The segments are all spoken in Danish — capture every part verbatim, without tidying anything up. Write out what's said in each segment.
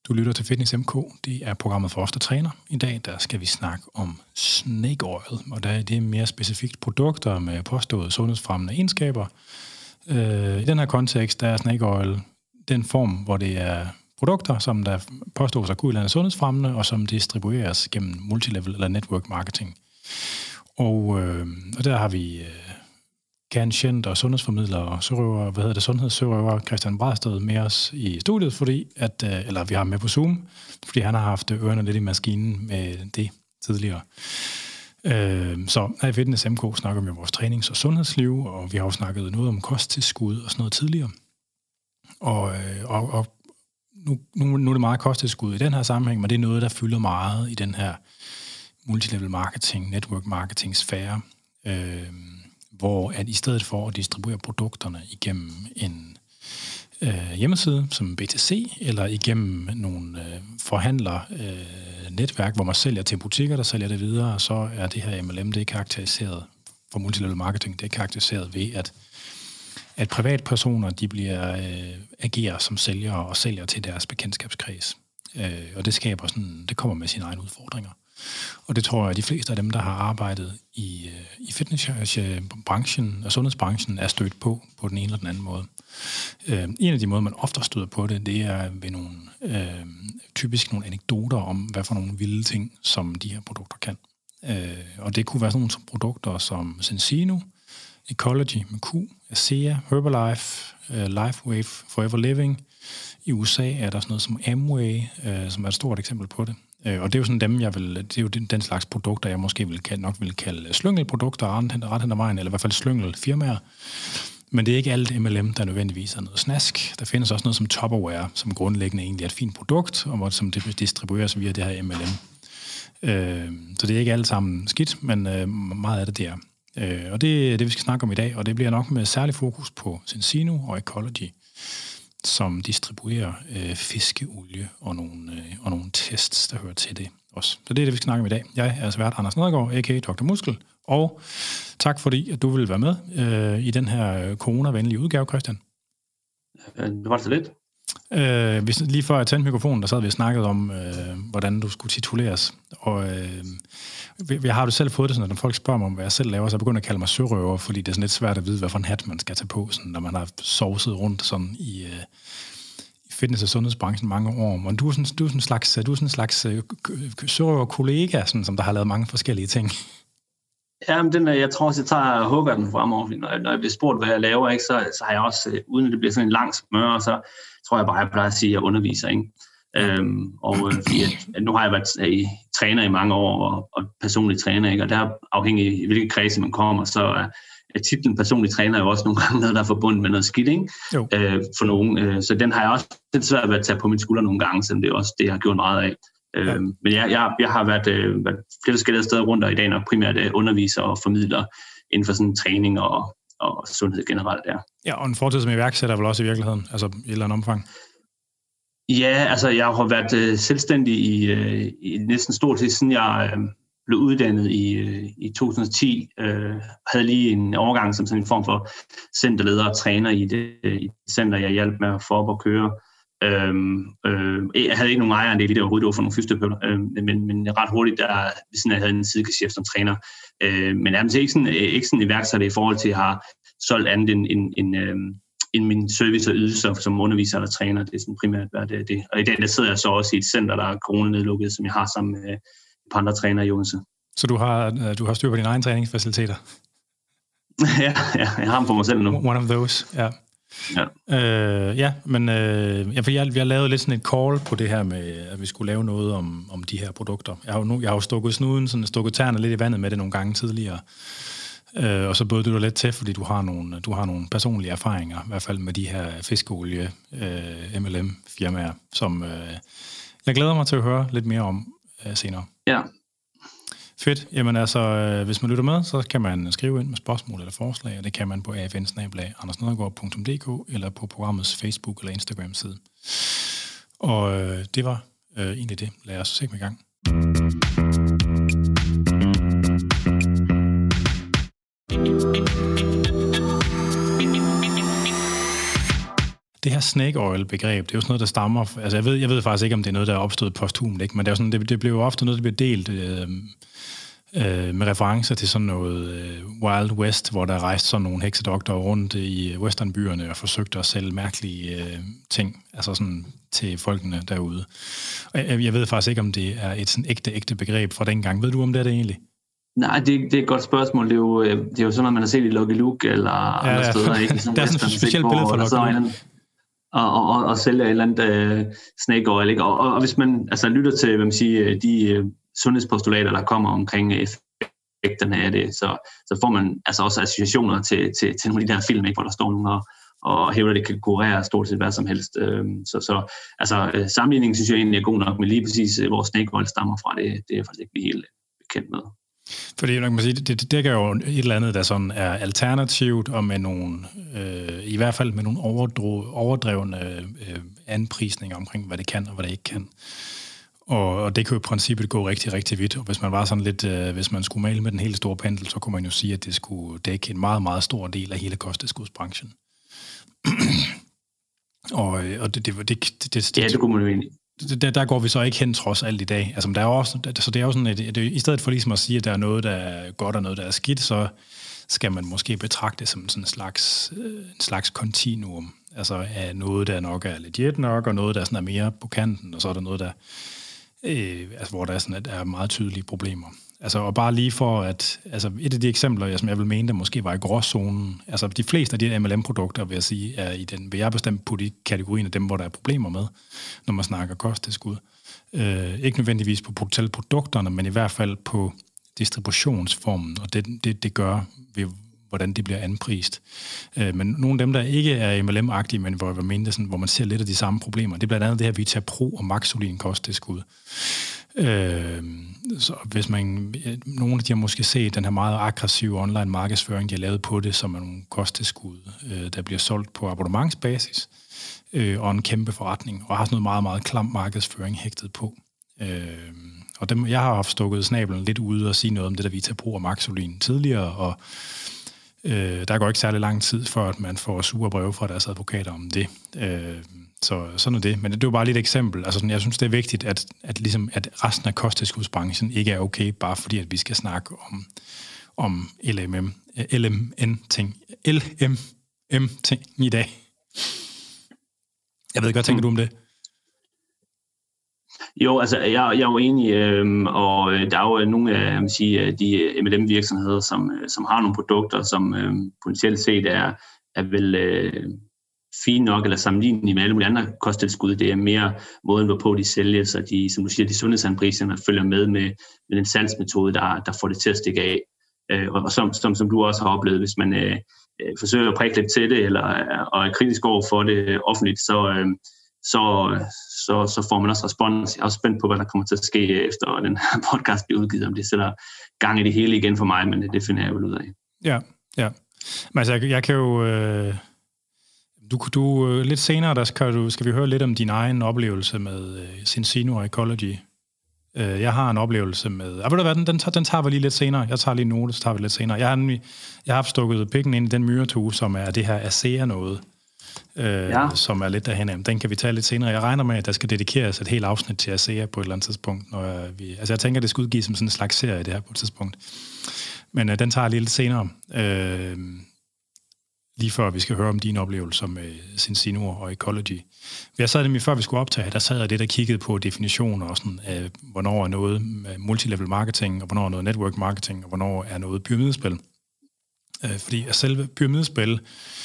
Du lytter til Fitness M K. Det er programmet for os, der træner. I dag der skal vi snakke om snake oil, og der er det mere specifikt produkter med påståede sundhedsfremmende egenskaber. Øh, I den her kontekst der er snake oil den form, hvor det er produkter, som der påstås at kunne være sundhedsfremmende, og som distribueres gennem multilevel eller network marketing. Og, øh, og der har vi øh, kendt og sundhedsformidler og sørøver, hvad hedder det, sundhedssørøver Christian Bradsted med os i studiet, fordi at, øh, eller vi har med på Zoom, fordi han har haft ørerne lidt i maskinen med det tidligere. Øh, så her i Fitness M K snakker vi om vores trænings- og sundhedsliv, og vi har jo snakket noget om kosttilskud og sådan noget tidligere. Og, øh, og, og nu, nu, nu er det meget kosttilskud i den her sammenhæng, men det er noget, der fylder meget i den her multilevel marketing, network marketing sfære, øh, hvor at i stedet for at distribuere produkterne igennem en øh, hjemmeside som B to C, eller igennem nogle øh, forhandler øh, netværk, hvor man sælger til butikker, der sælger det videre, så er det her M L M, det er karakteriseret for multilevel marketing, det er karakteriseret ved, at at privatpersoner, de bliver øh, agerer som sælgere og sælger til deres bekendtskabskreds. Øh, og det skaber sådan, det kommer med sine egne udfordringer. Og det tror jeg, at de fleste af dem, der har arbejdet i, øh, i fitnessbranchen og sundhedsbranchen, er stødt på, på den ene eller den anden måde. Øh, en af de måder, man ofte støder på det, det er ved nogle, øh, typisk nogle anekdoter om, hvad for nogle vilde ting, som de her produkter kan. Øh, og det kunne være sådan nogle produkter som Sensino, Ecology med Q, Asea, Herbalife, uh, Lifewave, Forever Living. I U S A er der sådan noget som Amway, uh, som er et stort eksempel på det. Uh, og det er jo sådan dem, jeg vil, det er jo den, den slags produkter, jeg måske vil kalde, nok vil kalde slyngelprodukter, ret hen ad vejen, eller i hvert fald slyngelfirmaer. Men det er ikke alt M L M, der nødvendigvis er noget snask. Der findes også noget som Tupperware, som grundlæggende egentlig er et fint produkt, og som det distribueres via det her M L M. Uh, så det er ikke alt sammen skidt, men uh, meget af det, det er. Øh, og det er det, vi skal snakke om i dag, og det bliver nok med særlig fokus på Sensino og Ecology, som distribuerer øh, fiskeolie og nogle, øh, og nogle tests, der hører til det også. Så det er det, vi skal snakke om i dag. Jeg er svært Anders Nedergaard, a k a. doktor Muskel, og tak fordi, at du vil være med øh, i den her coronavenlige udgave, Christian. Det var så lidt. Øh, hvis, lige før jeg tændte mikrofonen, der sad vi og snakkede om, øh, hvordan du skulle tituleres. Og øh, jeg har du selv fået det sådan, at når folk spørger mig om, hvad jeg selv laver, så jeg begynder at kalde mig sørøver, fordi det er sådan lidt svært at vide, hvad for en hat man skal tage på, sådan, når man har sovset rundt sådan i, øh, i fitness- og sundhedsbranchen mange år. Men du er sådan, du er sådan en slags, du er sådan en slags øh, sørøver-kollega, sådan, som der har lavet mange forskellige ting. Ja, men den, jeg tror også, jeg tager og hugger den fremover. Når, når jeg bliver spurgt, hvad jeg laver, ikke, så, så har jeg også, uden at det bliver sådan en lang smør, så tror jeg bare, jeg plejer at sige, at jeg underviser. Ikke? Øhm, og fordi, at, nu har jeg været i træner i mange år, og, og personlig træner, ikke? Og der afhængig af hvilke kredse man kommer, så er, er titlen personlig træner jo også nogle gange noget, der er forbundet med noget skidt, ikke? Øh, for nogen. Øh, så den har jeg også lidt svært ved at tage på mine skuldre nogle gange, selvom det er også det, jeg har gjort meget af. Øh, ja. Men jeg, jeg, jeg har været, øh, været flere forskellige steder rundt, og i dag nok primært øh, underviser og formidler inden for sådan træning og, og sundhed generelt. Ja, ja, og en fortid som iværksætter vel også i virkeligheden, altså i et eller andet omfang. Ja, altså jeg har været øh, selvstændig i, øh, i næsten stort set, siden jeg øh, blev uddannet i, øh, i to tusind og ti. Øh, havde lige en overgang som sådan en form for centerleder og træner i det, øh, i det center, jeg hjalp med at få op og køre. Øh, øh, jeg havde ikke nogen ejerandel i det overhovedet, det var for nogle fysioterapeuter, øh, men, men ret hurtigt, der sådan, jeg havde en sidegeschæft som træner. Øh, men er ikke sådan, ikke sådan iværksætter i forhold til, at jeg har solgt andet end en, en, en end min service og ydelser som underviser eller træner. Det er sådan primært hvad det, det. Og i dag der sidder jeg så også i et center, der er coronanedlukket, som jeg har sammen med et par andre trænere i Odense. Så du har, du har styr på dine egne træningsfaciliteter? ja, ja, jeg har dem for mig selv nu. One of those, ja. Ja, øh, ja men øh, ja, for jeg, jeg lavede lidt sådan et call på det her med, at vi skulle lave noget om, om de her produkter. Jeg har jo, nu, jeg har jo stukket snuden, sådan stukket tæerne lidt i vandet med det nogle gange tidligere. Øh, og så bød du dig lidt til, fordi du har nogle, du har nogle personlige erfaringer, i hvert fald med de her fiskeolie øh, M L M-firmaer, som øh, jeg glæder mig til at høre lidt mere om øh, senere. Ja. Fedt. Jamen altså, øh, hvis man lytter med, så kan man skrive ind med spørgsmål eller forslag, og det kan man på a f n bindestreg anders nedergaard punktum d k eller på programmets Facebook- eller Instagram-side. Og øh, det var øh, egentlig det. Lad os se med i gang. Det her snake oil-begreb, det er jo sådan noget, der stammer... Altså, jeg ved, jeg ved faktisk ikke, om det er noget, der er opstået posthumt, ikke? Men det, er jo sådan, det, det bliver jo ofte noget, der bliver delt øh, øh, med referencer til sådan noget øh, Wild West, hvor der er rejst sådan nogle heksedoktorer rundt i westernbyerne og forsøgte at sælge mærkelige øh, ting, altså sådan til folkene derude. Og jeg, jeg ved faktisk ikke, om det er et sådan ægte, ægte begreb fra dengang. Ved du, om det er det egentlig? Nej, det, det er et godt spørgsmål. Det er jo, det er jo sådan noget, man har set i Lucky Luke eller ja, andre steder. Ikke? Sådan der er sådan et specielt billede for Lucky Luke. Og, og, og, og sælger et eller andet uh, snake oil. Ikke? Og, og, og hvis man altså, lytter til hvad man siger, de uh, sundhedspostulater, der kommer omkring effekterne af det, så, så får man altså også associationer til, til, til nogle af de der film, ikke? Hvor der står nogen og, og hævder, at det kan kurere stort set hvad som helst. Uh, så, så altså, sammenligningen synes jeg egentlig er god nok, men lige præcis uh, hvor snake oil stammer fra, det, det er jeg faktisk ikke helt bekendt med. Fordi man kan sige, det, det dækker jo et eller andet, der sådan er alternativt, og med nogle, øh, i hvert fald med nogle overdro, overdrevne øh, anprisninger omkring, hvad det kan og hvad det ikke kan. Og, og det kan jo i princippet gå rigtig, rigtig vidt. Og hvis man var sådan lidt, øh, hvis man skulle male med den hele store pendel, så kunne man jo sige, at det skulle dække en meget, meget stor del af hele kosttilskudsbranchen. og og det, det, det, det, det, ja, det kunne man jo egentlig. Der, der går vi så ikke hen trods alt i dag. Altså, der er også, så det er jo sådan, at det, i stedet for ligesom at sige, at der er noget, der er godt og noget, der er skidt, så skal man måske betragte det som sådan en slags, en slags kontinuum. Altså af noget, der nok er legit nok, og noget, der sådan er mere på kanten, og så er der noget, der, øh, altså, hvor der er, sådan, at der er meget tydelige problemer. Altså, og bare lige for at, altså et af de eksempler, som jeg vil mene, der måske var i gråzonen, altså de fleste af de M L M-produkter, vil jeg sige, er i den, vil jeg bestemt putte i kategorien af dem, hvor der er problemer med, når man snakker kosttilskud. Øh, ikke nødvendigvis på potentielle produkterne, men i hvert fald på distributionsformen, og det, det, det gør ved, hvordan det bliver anprist. Øh, men nogle af dem, der ikke er M L M-agtige, men hvor, jeg mener, sådan, hvor man ser lidt af de samme problemer, det er blandt andet det her Vitapro og Maxolin kosttilskud. Øh, så hvis man, nogle af de har måske set den her meget aggressive online markedsføring, de har lavet på det, som er nogle kosttilskud, øh, der bliver solgt på abonnementsbasis, øh, og en kæmpe forretning, og har sådan noget meget, meget klam markedsføring hægtet på. Øh, og dem, jeg har haft stukket snablen lidt ude og sige noget om det der Vitapro og Maxolin tidligere, og øh, der går ikke særlig lang tid, før at man får sure breve fra deres advokater om det. Øh, Så sådan er det. Men det er jo bare lidt et eksempel. Altså, jeg synes, det er vigtigt, at, at, ligesom, at resten af kosttilskudsbranchen ikke er okay, bare fordi, at vi skal snakke om, om L M M, L M N-ting. L M M-ting i dag. Jeg ved ikke, hvad tænker du om det? Jo, altså, jeg, jeg er jo enig, øh, og der er jo nogle af man siger, de M L M-virksomheder, som, som har nogle produkter, som øh, potentielt set er, er vel... Øh, fint nok, eller sammenlignet med alle mulige andre kosttilskud. Det er mere måden, hvorpå de sælger, så de, som du siger, de sundhedsanpriserne følger med, med med den salgsmetode, der, der får det til at stikke af. Øh, og som, som, som du også har oplevet, hvis man øh, forsøger at prikke lidt til det, eller og er kritisk over for det offentligt, så, øh, så, så, så får man også respons. Jeg er også spændt på, hvad der kommer til at ske efter den her podcast bliver udgivet, om det sætter gang i det hele igen for mig, men det finder jeg jo ud af. Ja, ja. Men altså, jeg, jeg kan jo... Øh Du, du lidt senere, der skal, du, skal vi høre lidt om din egen oplevelse med uh, Cincino og Ecology. Uh, jeg har en oplevelse med... Ah, ved du hvad, den, den, tager, den tager vi lige lidt senere. Jeg tager lige en note, så tager vi lidt senere. Jeg har, nemlig, jeg har haft stukket pikken ind i den myretue, som er det her Acea noget, uh, ja. Som er lidt derhen af. Den kan vi tage lidt senere. Jeg regner med, at der skal dedikeres et helt afsnit til Acea på et eller andet tidspunkt. Når jeg, vi, altså jeg tænker, at det skal udgives som sådan en slags serie, det her på et tidspunkt. Men uh, den tager jeg lige lidt senere. Uh, lige før vi skal høre om dine oplevelser med Cincino og Ecology. Jeg sad nemlig, før vi skulle optage, der sad jeg lidt og kiggede på definitioner og sådan, af, hvornår er noget multilevel marketing, og hvornår er noget network marketing, og hvornår er noget pyramidespil. Øh, fordi selve pyramidespil,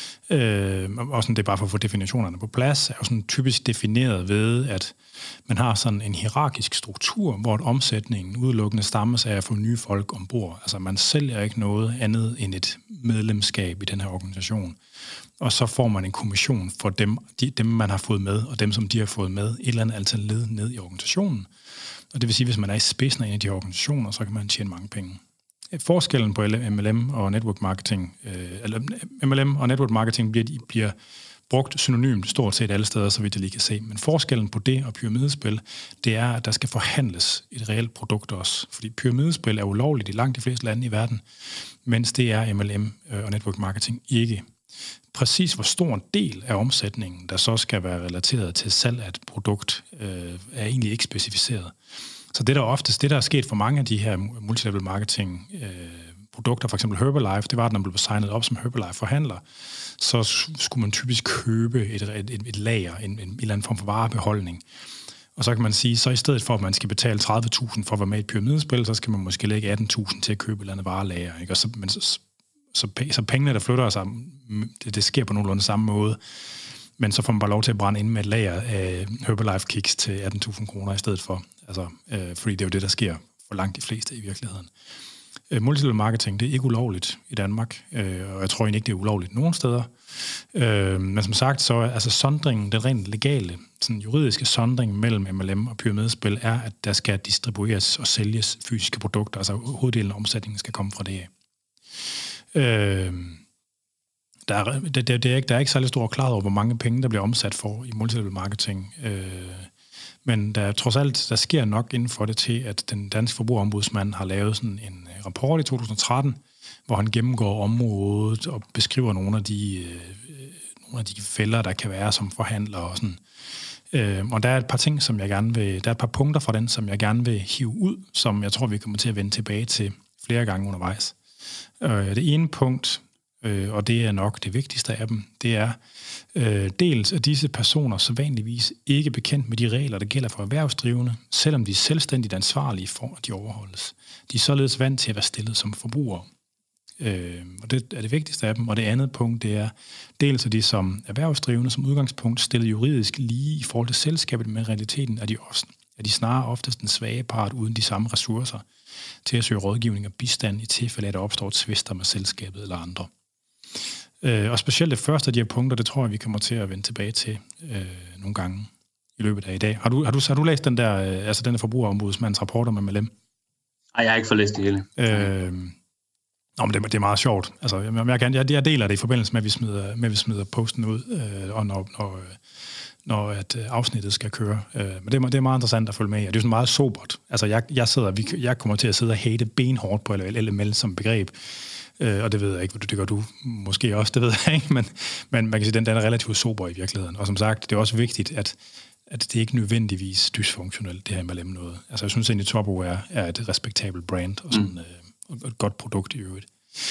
øh, og sådan, det er bare for at få definitionerne på plads, er jo sådan typisk defineret ved, at man har sådan en hierarkisk struktur, hvor et omsætningen udelukkende stammes af at få nye folk ombord. Altså man sælger ikke noget andet end et medlemskab i den her organisation. Og så får man en kommission for dem, de, dem man har fået med, og dem, som de har fået med, et eller andet antal led ned i organisationen. Og det vil sige, hvis man er i spidsen af en af de organisationer, så kan man tjene mange penge. Forskellen på M L M og network marketing, øh, eller M L M og network marketing bliver, bliver brugt synonymt stort set alle steder, så vidt jeg lige kan se. Men forskellen på det og pyramidespil, det er, at der skal forhandles et reelt produkt også. Fordi pyramidespil er ulovligt i langt de fleste lande i verden, mens det er M L M og network marketing ikke. Præcis hvor stor en del af omsætningen, der så skal være relateret til salg af et produkt, øh, er egentlig ikke specificeret. Så det der oftest, det der er sket for mange af de her multilevel marketing øh, produkter, for eksempel Herbalife, det var, at når man blev signet op som Herbalife-forhandler, så skulle man typisk købe et, et, et lager, en, en, en eller anden form for varebeholdning. Og så kan man sige, så i stedet for, at man skal betale tredive tusind for at være med i et pyramidespil, så skal man måske lægge atten tusind til at købe et eller andet varelager. Ikke? Og så, men så, så, så pengene, der flytter sig, det, det sker på nogenlunde samme måde. Men så får man bare lov til at brænde ind med et lager af Herbalife Kicks til atten tusind kroner i stedet for. Altså, øh, fordi det er jo det, der sker for langt de fleste i virkeligheden. Øh, multilevel marketing, det er ikke ulovligt i Danmark, øh, og jeg tror egentlig ikke, det er ulovligt nogen steder. Øh, men som sagt, så er altså sondringen, den rent legale, sådan juridiske sondring mellem M L M og pyramidespil, er, at der skal distribueres og sælges fysiske produkter, altså hoveddelen af omsætningen skal komme fra det af. Øh, der, er, det, det er ikke, der er ikke særlig stor klarhed over, hvor mange penge, der bliver omsat for i multilevel marketing. Øh, men der trods alt, der sker nok inden for det til, at den danske forbrugerombudsmand har lavet sådan en rapport i to tusind og tretten, hvor han gennemgår området og beskriver nogle af de, øh, nogle af de fælder, der kan være som forhandler og sådan. Øh, og der er et par ting, som jeg gerne vil, der er et par punkter fra den, som jeg gerne vil hive ud, som jeg tror, vi kommer til at vende tilbage til flere gange undervejs. Øh, det ene punkt, øh, og det er nok det vigtigste af dem, det er øh, dels at disse personer så vanligvis ikke bekendt med de regler, der gælder for erhvervsdrivende, selvom de er selvstændigt ansvarlige for, at de overholdes. De er således vant til at være stillet som forbrugere. Øh, og det er det vigtigste af dem. Og det andet punkt, det er dels at de som erhvervsdrivende som udgangspunkt stillet juridisk lige i forhold til selskabet, men realiteten er de, også, er de snarere oftest den svage part uden de samme ressourcer til at søge rådgivning og bistand i tilfælde, at der opstår tvister med selskabet eller andre. Øh, og specielt det første af de her punkter, det tror jeg, vi kommer til at vende tilbage til øh, nogle gange i løbet af i dag. Har du, har du, har du læst den der, øh, altså den der forbrugerombudsmands rapport om M L M? Ej, jeg har ikke fået læst det hele. Øh, Nå, men det, det er meget sjovt. Altså, jeg, jeg, jeg, jeg deler det i forbindelse med, at vi smider, med, at vi smider posten ud, øh, og når, når, når at afsnittet skal køre. Øh, men det er, det er meget interessant at følge med i, og det er sådan meget sobert. Altså, jeg, jeg, sidder, vi, jeg kommer til at sidde og hate benhårdt på L M L som begreb, øh, og det ved jeg ikke, det gør du måske også, det ved jeg ikke, men, men man kan sige, at den, den er relativt sober i virkeligheden. Og som sagt, det er også vigtigt, at at det ikke nødvendigvis dysfunktionelt, det her M L M noget. Altså, jeg synes egentlig, Topo er, er et respektabelt brand, og sådan, mm. øh, et godt produkt i øvrigt.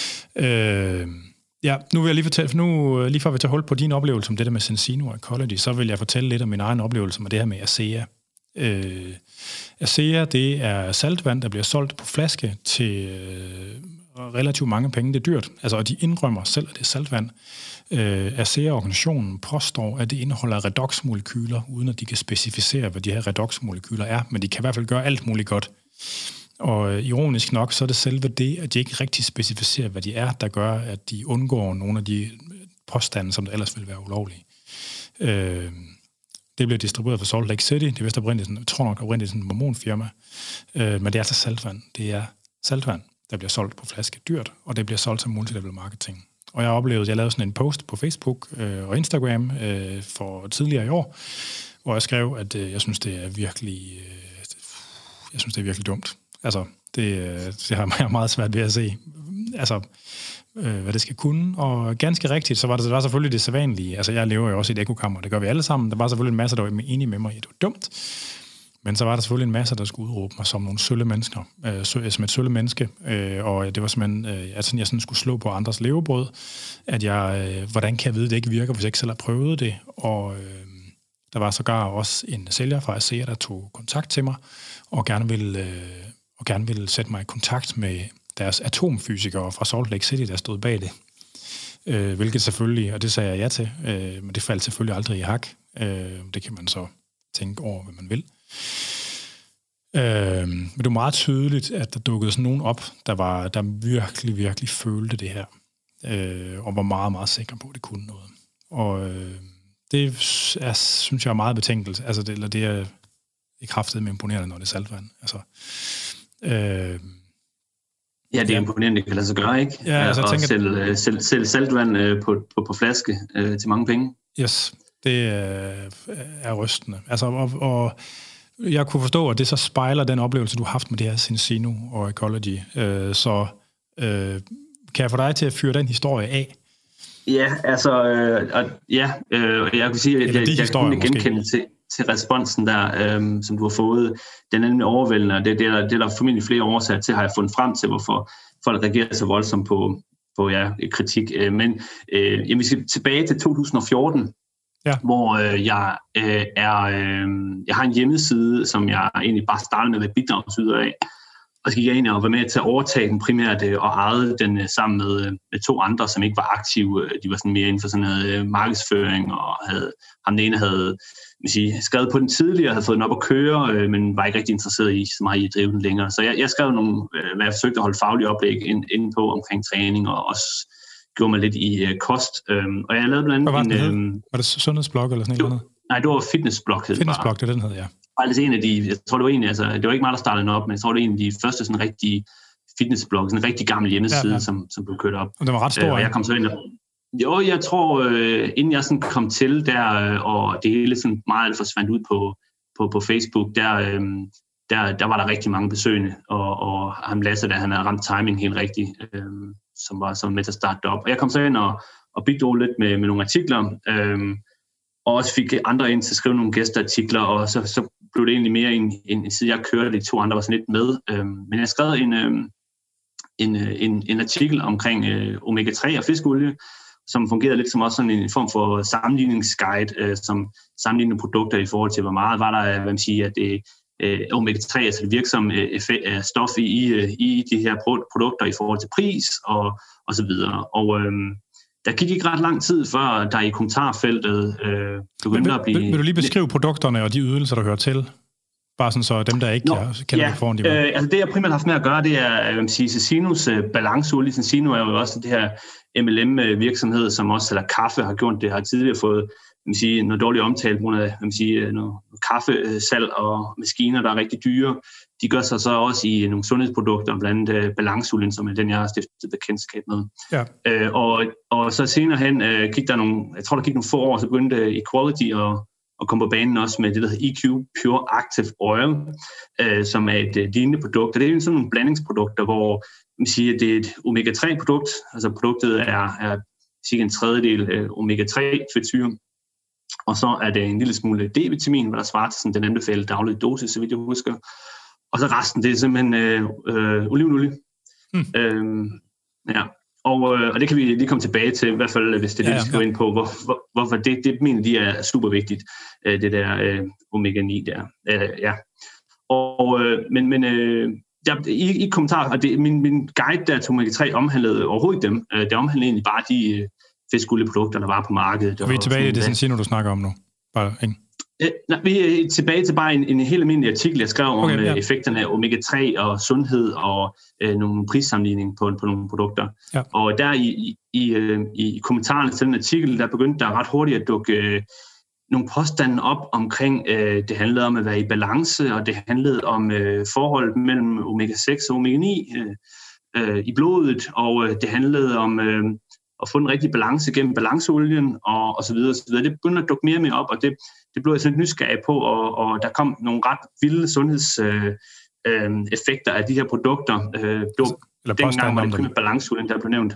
Øh, ja, nu vil jeg lige fortælle, nu, lige før vi tager hul på din oplevelse om det der med Sensino og Ecology, så vil jeg fortælle lidt om min egen oplevelse med det her med Asea. Øh, Asea, det er saltvand, der bliver solgt på flaske til øh, relativt mange penge. Det er dyrt, altså, og de indrømmer selv, at det er saltvand. Øh, Asea-organisationen påstår, at det indeholder redoxmolekyler, uden at de kan specificere, hvad de her redoxmolekyler er, men de kan i hvert fald gøre alt muligt godt. Og øh, ironisk nok, så er det selve det, at de ikke rigtig specificerer, hvad de er, der gør, at de undgår nogle af de påstande, som der ellers ville være ulovlige. Øh, det bliver distribueret fra Salt Lake City. Det er vist oprindeligt, jeg tror nok, oprindeligt sådan en mormonfirma. Øh, men det er altså saltvand. Det er saltvand, der bliver solgt på flaske dyrt, og det bliver solgt som multilevel marketing. Og jeg oplevede, jeg lavede sådan en post på Facebook øh, og Instagram øh, for tidligere i år, hvor jeg skrev, at øh, jeg synes, det er virkelig, øh, jeg synes, det er virkelig dumt. Altså, det, øh, det har jeg meget svært ved at se, altså, øh, hvad det skal kunne. Og ganske rigtigt, så var det, det var selvfølgelig det sædvanlige. Altså, jeg lever jo også i et ekokammer, det gør vi alle sammen. Der var selvfølgelig en masse, der var enige med mig, at det var dumt. Men så var der selvfølgelig en masse, der skulle udråbe mig som nogle sølle mennesker, øh, som et sølle menneske, øh, og det var simpelthen, øh, at jeg sådan skulle slå på andres levebrød, at jeg, øh, hvordan kan jeg vide, at det ikke virker, hvis jeg ikke selv har prøvet det, og øh, der var sågar også en sælger fra Asea, der tog kontakt til mig, og gerne ville, øh, og gerne ville sætte mig i kontakt med deres atomfysikere fra Salt Lake City, der stod bag det, øh, hvilket selvfølgelig, og det sagde jeg ja til, øh, men det faldt selvfølgelig aldrig i hak, øh, det kan man så tænke over, hvad man vil. Øh, men det var meget tydeligt, at der dukkede sådan nogen op, der, var, der virkelig, virkelig følte det her, øh, og var meget, meget sikre på, at det kunne noget. Og øh, det er, synes jeg er meget betænkelt. Altså, det, eller det er ikke kraftedeme imponerende, når det er saltvand. Altså, øh, ja, det er imponerende, det kan lade sig gøre, ikke? Ja, altså, jeg tænker, sælge, sælge, sælge saltvand på, på, på flaske øh, til mange penge. Yes, det er, er rystende. Altså, og, og jeg kunne forstå, at det så spejler den oplevelse, du har haft med det her Sensino og Ecology. Øh, så øh, kan jeg få dig til at fyre den historie af? Ja, altså, øh, og, ja, øh, jeg kan sige, at jeg, jeg kunne genkende til, til responsen der, øh, som du har fået. Den er nemlig overvældende, og det, det, er der, det er der formentlig flere årsager til, har jeg fundet frem til, hvorfor folk reagerer så voldsomt på, på ja, kritik. Men øh, jamen, vi skal tilbage til to tusind og fjorten, ja. hvor øh, jeg øh, er, øh, jeg har en hjemmeside, som jeg egentlig bare startede med at være bidragsyder af, og så gik jeg ind og var med til at overtage den primært og ejede den sammen med, med to andre, som ikke var aktive. De var sådan mere inden for sådan noget markedsføring, og havde, ham den ene havde sige, skrevet på den tidligere, havde fået den op at køre, men var ikke rigtig interesseret i så meget i at drive den længere. Så jeg, jeg skrev nogle, hvad jeg forsøgte at holde faglige oplæg ind, inde på omkring træning, og også gjorde mig lidt i uh, kost. Og jeg lavede blandt andet... Hvad var en, det? Var det sundhedsblog eller sådan noget? Nej, det var fitnessblog. Fitnessblog, det er den hed, ja. Altså en af de, jeg tror det var egentlig, altså det var ikke mig, der startede den op, men jeg tror det var en af de første sådan rigtige fitnessblog, sådan en rigtig gammel hjemmeside, ja, ja. Som, som blev kørt op. Og den var ret stor, øh, og jeg kom så ind og, jo, jeg tror, øh, inden jeg sådan kom til der, øh, og det hele sådan meget forsvandt ud på, på, på Facebook, der, øh, der, der var der rigtig mange besøgende, og, og ham Lasse der, han havde ramt timing helt rigtigt, øh, som var som med til at starte op. Og jeg kom så ind og, og bidrog lidt med, med nogle artikler, øh, og også fik andre ind til at skrive nogle gæsteartikler, og så, så blev det egentlig mere en, en, en side, jeg kørte, de to andre var sådan lidt med. Øhm, men jeg skrev en, øhm, en, en, en artikel omkring øh, omega tre og fiskolie, som fungerede lidt som også sådan en form for sammenligningsguide, øh, som sammenlignede produkter i forhold til, hvor meget var der, hvad man siger, at det, øh, omega tre, altså det virksomme øh, stof i, øh, i de her produkter i forhold til pris og, og så videre. Og øhm, der gik ikke ret lang tid, før der i kommentarfeltet øh, begyndte at blive... Vil, vil du lige beskrive produkterne og de ydelser, der hører til? Bare sådan så dem, der ikke Nå, kender ja, det foran de øh, altså det, jeg primært har haft med at gøre, det er, øh, Cicinos øh, balanceolie. Cicino er jo også det her M L M-virksomhed, som også eller kaffe har gjort det, har tidligere fået man sige, noget dårligt omtale på grund af man sige, noget kaffesalg og maskiner, der er rigtig dyre. De gør sig så også i nogle sundhedsprodukter, blandt andet balanceolien, som er den, jeg har stiftet bekendtskab med. Ja. Øh, og, og så senere hen øh, gik der nogle, jeg tror, der gik nogle få år, så begyndte Equality at, at komme på banen også med det, der hedder E Q Pure Active Oil, øh, som er et øh, lignende produkt. Og det er jo sådan nogle blandingsprodukter, hvor man siger, at det er et omega tre produkt, altså produktet er, er cirka en tredjedel øh, omega tre fedtsyre, og så er det en lille smule D-vitamin, hvor der svarer til sådan den anbefalede daglige dosis, så vidt jeg husker. Og så resten, det er simpelthen øh, øh, olivenolie. Mm. Øhm, ja. og, øh, og det kan vi lige komme tilbage til, i hvert fald hvis det er det, ja, vi skal gå ind på, hvor, hvor, hvorfor det, det mener de er super vigtigt, øh, det der øh, omega ni der. Øh, ja. og, øh, men men øh, der, i, i kommentarer, og det, min, min guide der til omega tre omhandlede overhovedet dem. Øh, det omhandlede egentlig bare de øh, fiskolieprodukter, der var på markedet. Og vi er tilbage i det Cicino, du snakker om nu. Bare, ikke? Øh, nej, vi er tilbage til bare en, en helt almindelig artikel, jeg skrev om okay, ja. effekterne af omega tre og sundhed og øh, nogle prissammenligning på, på nogle produkter. Ja. Og der i, i, øh, i kommentarerne til den artikel, der begyndte der ret hurtigt at dukke øh, nogle påstande op omkring, øh, det handlede om at være i balance, og det handlede om øh, forholdet mellem omega seks og omega ni øh, øh, i blodet, og øh, det handlede om... Øh, at få en rigtig balance gennem balanceolien og, og så videre, så videre. Det begynder at dukke mere og mere op, og det, det blev jeg sådan nysgerrig på, og, og der kom nogle ret vilde sundhedseffekter øh, øh, af de her produkter. Øh, det var dengang, var det kun balanceolien, der blev nævnt.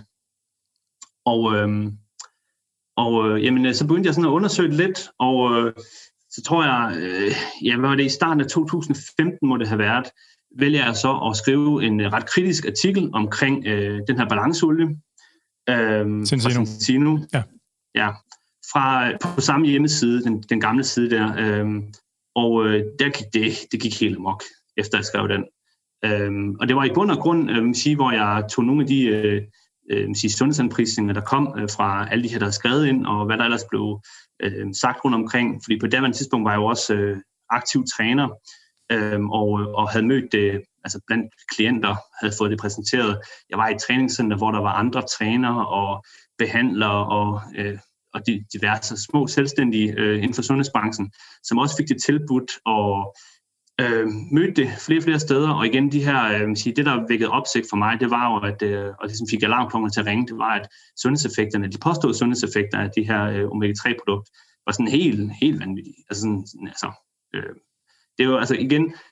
Og, øh, og øh, jamen, så begyndte jeg sådan at undersøge det lidt, og øh, så tror jeg, øh, ja, hvad var det i starten af to tusind og femten må det have været, vælger jeg så at skrive en ret kritisk artikel omkring øh, den her balanceolie, Øhm, Cicino. Cicino. Ja. Ja, fra på samme hjemmeside, den, den gamle side der, øhm, og øh, der gik det, det gik helt amok, efter jeg skrev den. Øhm, og det var i bund og grund, øh, sige, hvor jeg tog nogle af de øh, øh, sige, sundhedsanprisninger, der kom øh, fra alle de her, der er skrevet ind, og hvad der ellers blev øh, sagt rundt omkring, fordi på daværende tidspunkt var jeg jo også øh, aktiv træner, øh, og, og havde mødt det, altså blandt klienter havde fået det præsenteret. Jeg var i et træningscenter, hvor der var andre trænere og behandlere og, øh, og de diverse små selvstændige øh, inden for sundhedsbranchen, som også fik det tilbudt og øh, mødte det flere flere steder. Og igen, de her, øh, sige, det der vækkede opsigt for mig, det var jo, at, øh, og det som fik alarmklokkerne til at ringe, det var, at sundhedseffekterne, de påståede sundhedseffekter af de her øh, omega tre produkt var sådan helt, helt vanvittige. Altså, sådan, altså, øh, det er jo altså igen,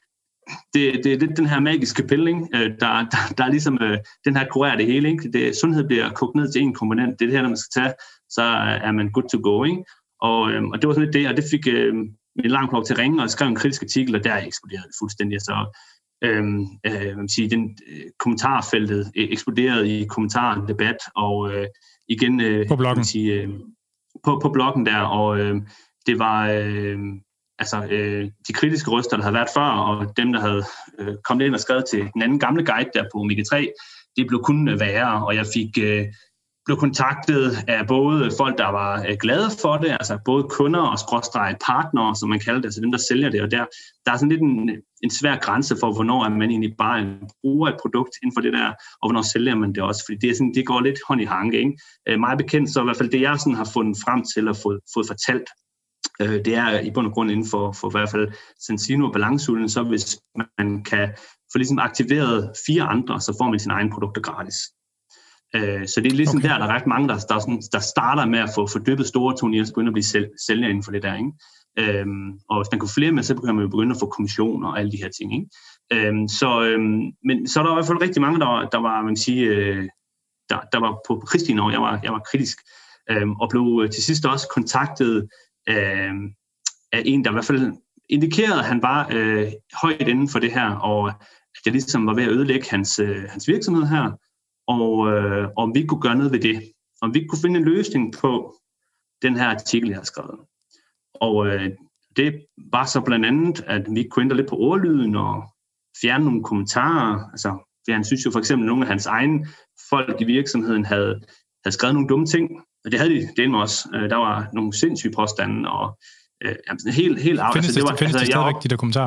det, det er lidt den her magiske pille, ikke? Der, der, der er ligesom øh, den her kurerer det hele. Ikke? Det, sundhed bliver kogt ned til en komponent. Det er det her, når man skal tage, så er man good to go. Ikke? Og, øh, og det var sådan lidt det, og det fik øh, min alarmklokke til at ringe, og skrev en kritisk artikel, og der eksploderede det fuldstændig. Så øh, øh, man sige, den øh, kommentarfeltet eksploderede i kommentarer, debat, og øh, igen øh, på bloggen. Sige, øh, på, på bloggen der, og øh, det var øh, altså øh, de kritiske røster, der havde været før, og dem, der havde øh, kommet ind og skrevet til den anden gamle guide der på Omega tre, det blev kun værre, og jeg fik øh, blev kontaktet af både folk, der var øh, glade for det, altså både kunder og skråstreg partnere, som man kalder det, altså dem, der sælger det, og der, der er sådan lidt en, en svær grænse for, hvornår er man egentlig bare bruger et produkt inden for det der, og hvornår sælger man det også, fordi det, er sådan, det går lidt hånd i hanke, ikke? Øh, meget bekendt, så i hvert fald det, jeg sådan har fundet frem til at få fået fortalt, øh, det er i bund og grund inden for, for i hvert fald Sensino og balanceulden, så hvis man kan få ligesom aktiveret fire andre, så får man sine egne produkter gratis. Så det er ligesom okay. der, der er ret mange, der, der, sådan, der starter med at få fordybet store turnier, så begynder at blive selv, sælger inden for det der. Ikke? Øhm, og hvis man kan få flere med, så begynder man jo begynde at få kommission og alle de her ting. Ikke? Øhm, så, øhm, men så er der i hvert fald rigtig mange, der, der var, man kan sige, øh, der, der var på Kristin over. Jeg var, jeg var kritisk øhm, og blev til sidst også kontaktet øh, af en, der i hvert fald indikerede, at han var øh, højt inden for det her, og at jeg ligesom var ved at ødelægge hans, øh, hans virksomhed her. Og øh, om vi ikke kunne gøre noget ved det. Om vi ikke kunne finde en løsning på den her artikel, jeg har skrevet. Og øh, det var så blandt andet, at vi kunne ændre lidt på ordlyden og fjerne nogle kommentarer. Altså, han synes jo for eksempel, at nogle af hans egne folk i virksomheden havde, havde skrevet nogle dumme ting. Og det havde de delt med os. Øh, der var nogle sindssyge påstande. Og øh, helt, helt af. Findes altså, det, det, var, findes altså, det stadigvæk jeg, de der kommentarer?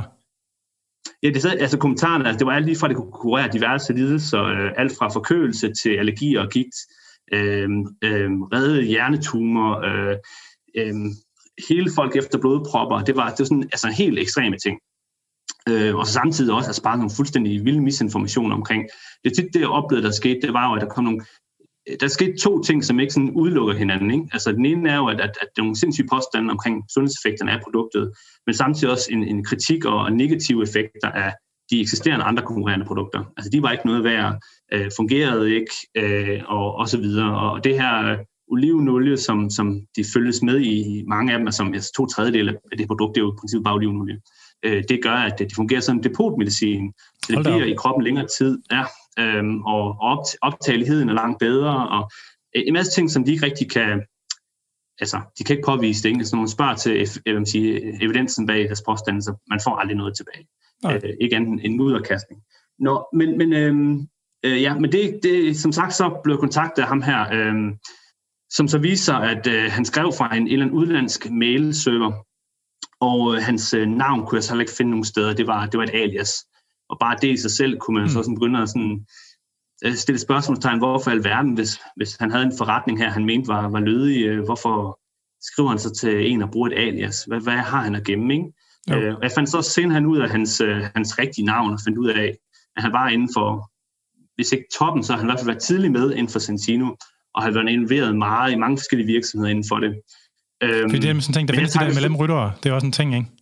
Ja, det, altså kommentarerne, altså, det var alt lige fra, at det kunne kurere diverse lidelser, øh, alt fra forkølelse til allergi og gigt, øh, øh, redde hjernetumor, øh, øh, hele folk efter blodpropper, det var, det var sådan altså helt ekstreme ting. Øh, og så samtidig også altså bare nogle fuldstændig vilde misinformationer omkring. Det er tit det, jeg oplevede, der skete, det var jo, at der kom nogle Der skete to ting, som ikke sådan udelukker hinanden. Ikke? Altså, den ene er jo, at, at, at der er nogle sindssyge påstande omkring sundhedseffekterne af produktet, men samtidig også en, en kritik og negative effekter af de eksisterende andre konkurrerende produkter. Altså, de var ikke noget værd, øh, fungerede ikke, øh, og, og så videre. Og det her øh, olivenolie, som, som de følges med i, mange af dem, altså, altså to tredjedele af det produkt, det er jo i princippet bare olivenolie. Øh, det gør, at det fungerer som depotmedicin, så det bliver i kroppen længere tid. Ja. Øhm, og optageligheden er langt bedre, og en masse ting, som de ikke rigtig kan, altså, de kan ikke påvise det, ikke? Så når man spørger til jeg vil sige, evidensen bag deres påstande, så man får aldrig noget tilbage. Øh, ikke andet end mudderkastning. Nå, men, men, øhm, øh, ja, men det, det, som sagt, så blev jeg kontaktet af ham her, øhm, som så viser, at øh, han skrev fra en eller anden udlandsk mailserver, og øh, hans øh, navn kunne jeg så heller ikke finde nogen steder, det var, det var et alias. Og bare det i sig selv kunne man mm. så sådan begynde at sådan, stille spørgsmålstegn, hvorfor i alverden, hvis, hvis han havde en forretning her, han mente var, var lødig, hvorfor skriver han så til en og bruger et alias? Hvad, hvad har han at gemme, ikke? Øh, og jeg fandt så senere ud af hans, øh, hans rigtige navn, og fandt ud af, at han var inden for, hvis ikke toppen, så har han i hvert fald været tidlig med inden for Sensino, og har været involveret meget i mange forskellige virksomheder inden for det. Øhm, det er sådan en ting, der findes de der M L M-ryttere, det er også en ting, ikke?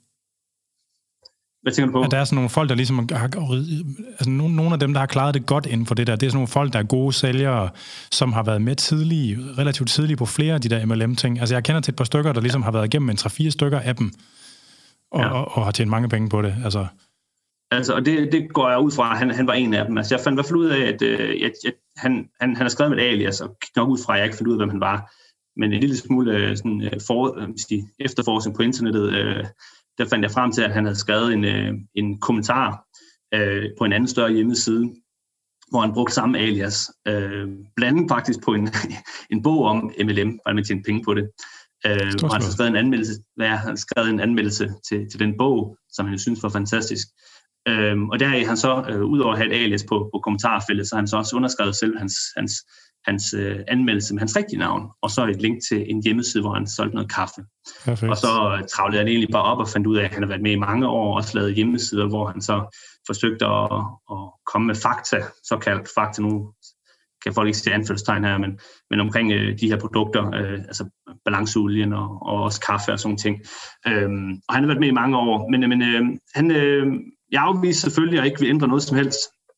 Hvad tænker du på? At der er sådan nogle folk, der ligesom har, altså nogle, nogle af dem, der har klaret det godt inden for det der, det er sådan nogle folk, der er gode sælgere, som har været med tidlige, relativt tidlige på flere af de der M L M-ting. Altså jeg kender til et par stykker, der ligesom har været igennem en tre-fire stykker af dem, og, ja. og, og har tjent mange penge på det. Altså, altså og det, det går jeg ud fra, at han, han var en af dem. Altså jeg fandt i hvert fald ud af, at øh, jeg, jeg, han, han, han har skrevet med et alias, og nok ud fra, at jeg ikke fandt ud af, hvem han var. Men en lille smule sådan, for, øh, efterforskning på internettet, øh, der fandt jeg frem til, at han havde skrevet en, øh, en kommentar øh, på en anden større hjemmeside, hvor han brugte samme alias. Øh, blandet faktisk på en, en bog om M L M, hvor man tjente penge på det. Øh, og han har skrevet en anmeldelse, hvad han har skrevet en anmeldelse til, til den bog, som han synes var fantastisk. Øh, og der er han så, øh, ud over at have et alias på, på kommentarfeltet, så har han så også underskrevet selv hans, hans, hans øh, anmeldelse med hans rigtige navn, og så et link til en hjemmeside, hvor han solgte noget kaffe. Perfekt. Og så øh, travlede han egentlig bare op og fandt ud af, at han har været med i mange år, og også lavet hjemmesider, hvor han så forsøgte at, at komme med fakta, såkaldt fakta. Nu kan folk ikke se anførselstegn her, men, men omkring øh, de her produkter, øh, altså balanceolien og, og også kaffe og sådan ting. Øhm, og han har været med i mange år, men, men øh, han, øh, jeg afviste selvfølgelig, at jeg ikke ville ændre noget som helst,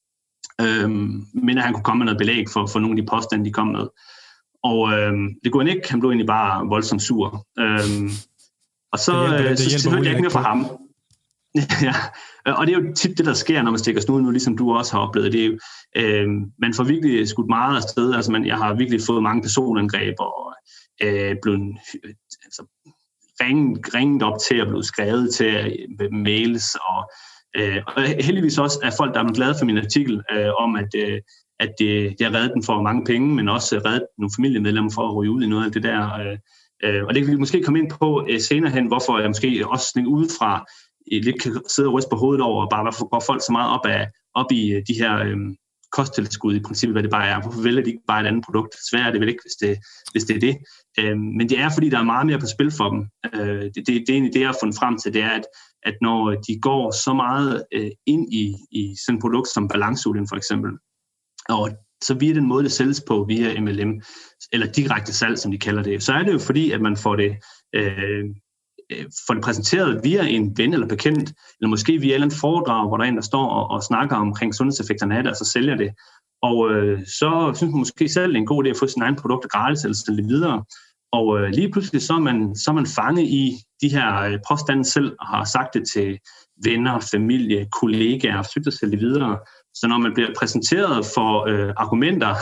øhm, men at han kunne komme med noget belæg for, for nogle af de påstande, de kom med. Og øhm, det kunne han ikke, han blev egentlig bare voldsomt sur. Øhm, og så, det hjælper, det så, så hørte jeg ikke mere fra ham. Ja, og det er jo tit det, der sker, når man stikker snuden nu, ligesom du også har oplevet. Det er jo, øh, man får virkelig skudt meget afsted. Altså, man, jeg har virkelig fået mange personangreb og øh, blevet altså, ringet, ringet op til at blive skrevet til med mails. Og, øh, og heldigvis også er folk, der er glade for min artikel øh, om, at, øh, at det, det har reddet dem for mange penge, men også reddet nogle familiemedlemmer for at ryge ud i noget af det der. Øh, øh, og det kan vi måske komme ind på øh, senere hen, hvorfor jeg måske også sniger ud fra lidt kan sidde og ryste på hovedet over, og bare hvorfor går folk så meget op, af, op i de her øhm, kosttilskud i princippet, hvad det bare er. Hvorfor vælger de ikke bare et andet produkt? Svært er det vel ikke, hvis det, hvis det er det. Øhm, men det er, fordi der er meget mere på spil for dem. Øh, det, det, det er egentlig det, jeg har fundet frem til, det er, at, at når de går så meget øh, ind i, i sådan et produkt som balanceolien for eksempel, og så via den måde, det sælges på via M L M, eller direkte salg, som de kalder det, så er det jo fordi, at man får det... Øh, får det præsenteret via en ven eller bekendt, eller måske via et eller andet foredrag, hvor der er en, der står og, og snakker omkring sundhedseffekterne af det, og så sælger det. Og øh, så synes man måske selv, det er en god idé at få sin egen produkter gratis, eller sælge det videre. Og øh, lige pludselig så er, man, så er man fanget i de her øh, påstande selv, og har sagt det til venner, familie, kollegaer, og forsøgt at sælge det videre. Så når man bliver præsenteret for øh, argumenter,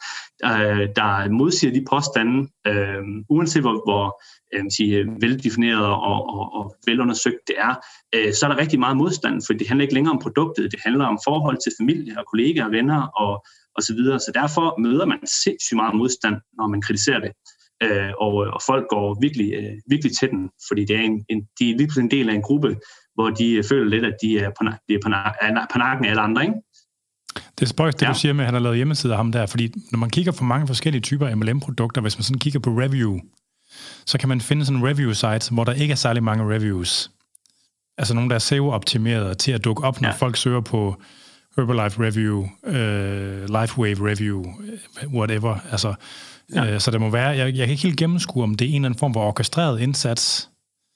der modsiger de påstande, øh, uanset hvor, hvor øh, sige, veldefineret og, og, og velundersøgt det er, øh, så er der rigtig meget modstand, for det handler ikke længere om produktet, det handler om forhold til familie og kollegaer og venner og, og så videre. Så derfor møder man sindssygt meget modstand, når man kritiserer det. Øh, og, og folk går virkelig, øh, virkelig til den, fordi det er en, en, de er lige pludselig en del af en gruppe, hvor de føler lidt, at de er på, de er på, på nakken af alle andre, ikke? Det er spøjst, det ja. Du siger med, at han har lavet hjemmesider af ham der, fordi når man kigger på mange forskellige typer M L M-produkter, hvis man sådan kigger på review, så kan man finde sådan en review-site, hvor der ikke er særlig mange reviews. Altså nogle, der er S E O-optimeret til at dukke op, når ja. folk søger på Herbalife Review, øh, Lifewave Review, whatever. Altså, ja. øh, så det må være, jeg, jeg kan ikke helt gennemskue, om det er en eller anden form for orkestreret indsats,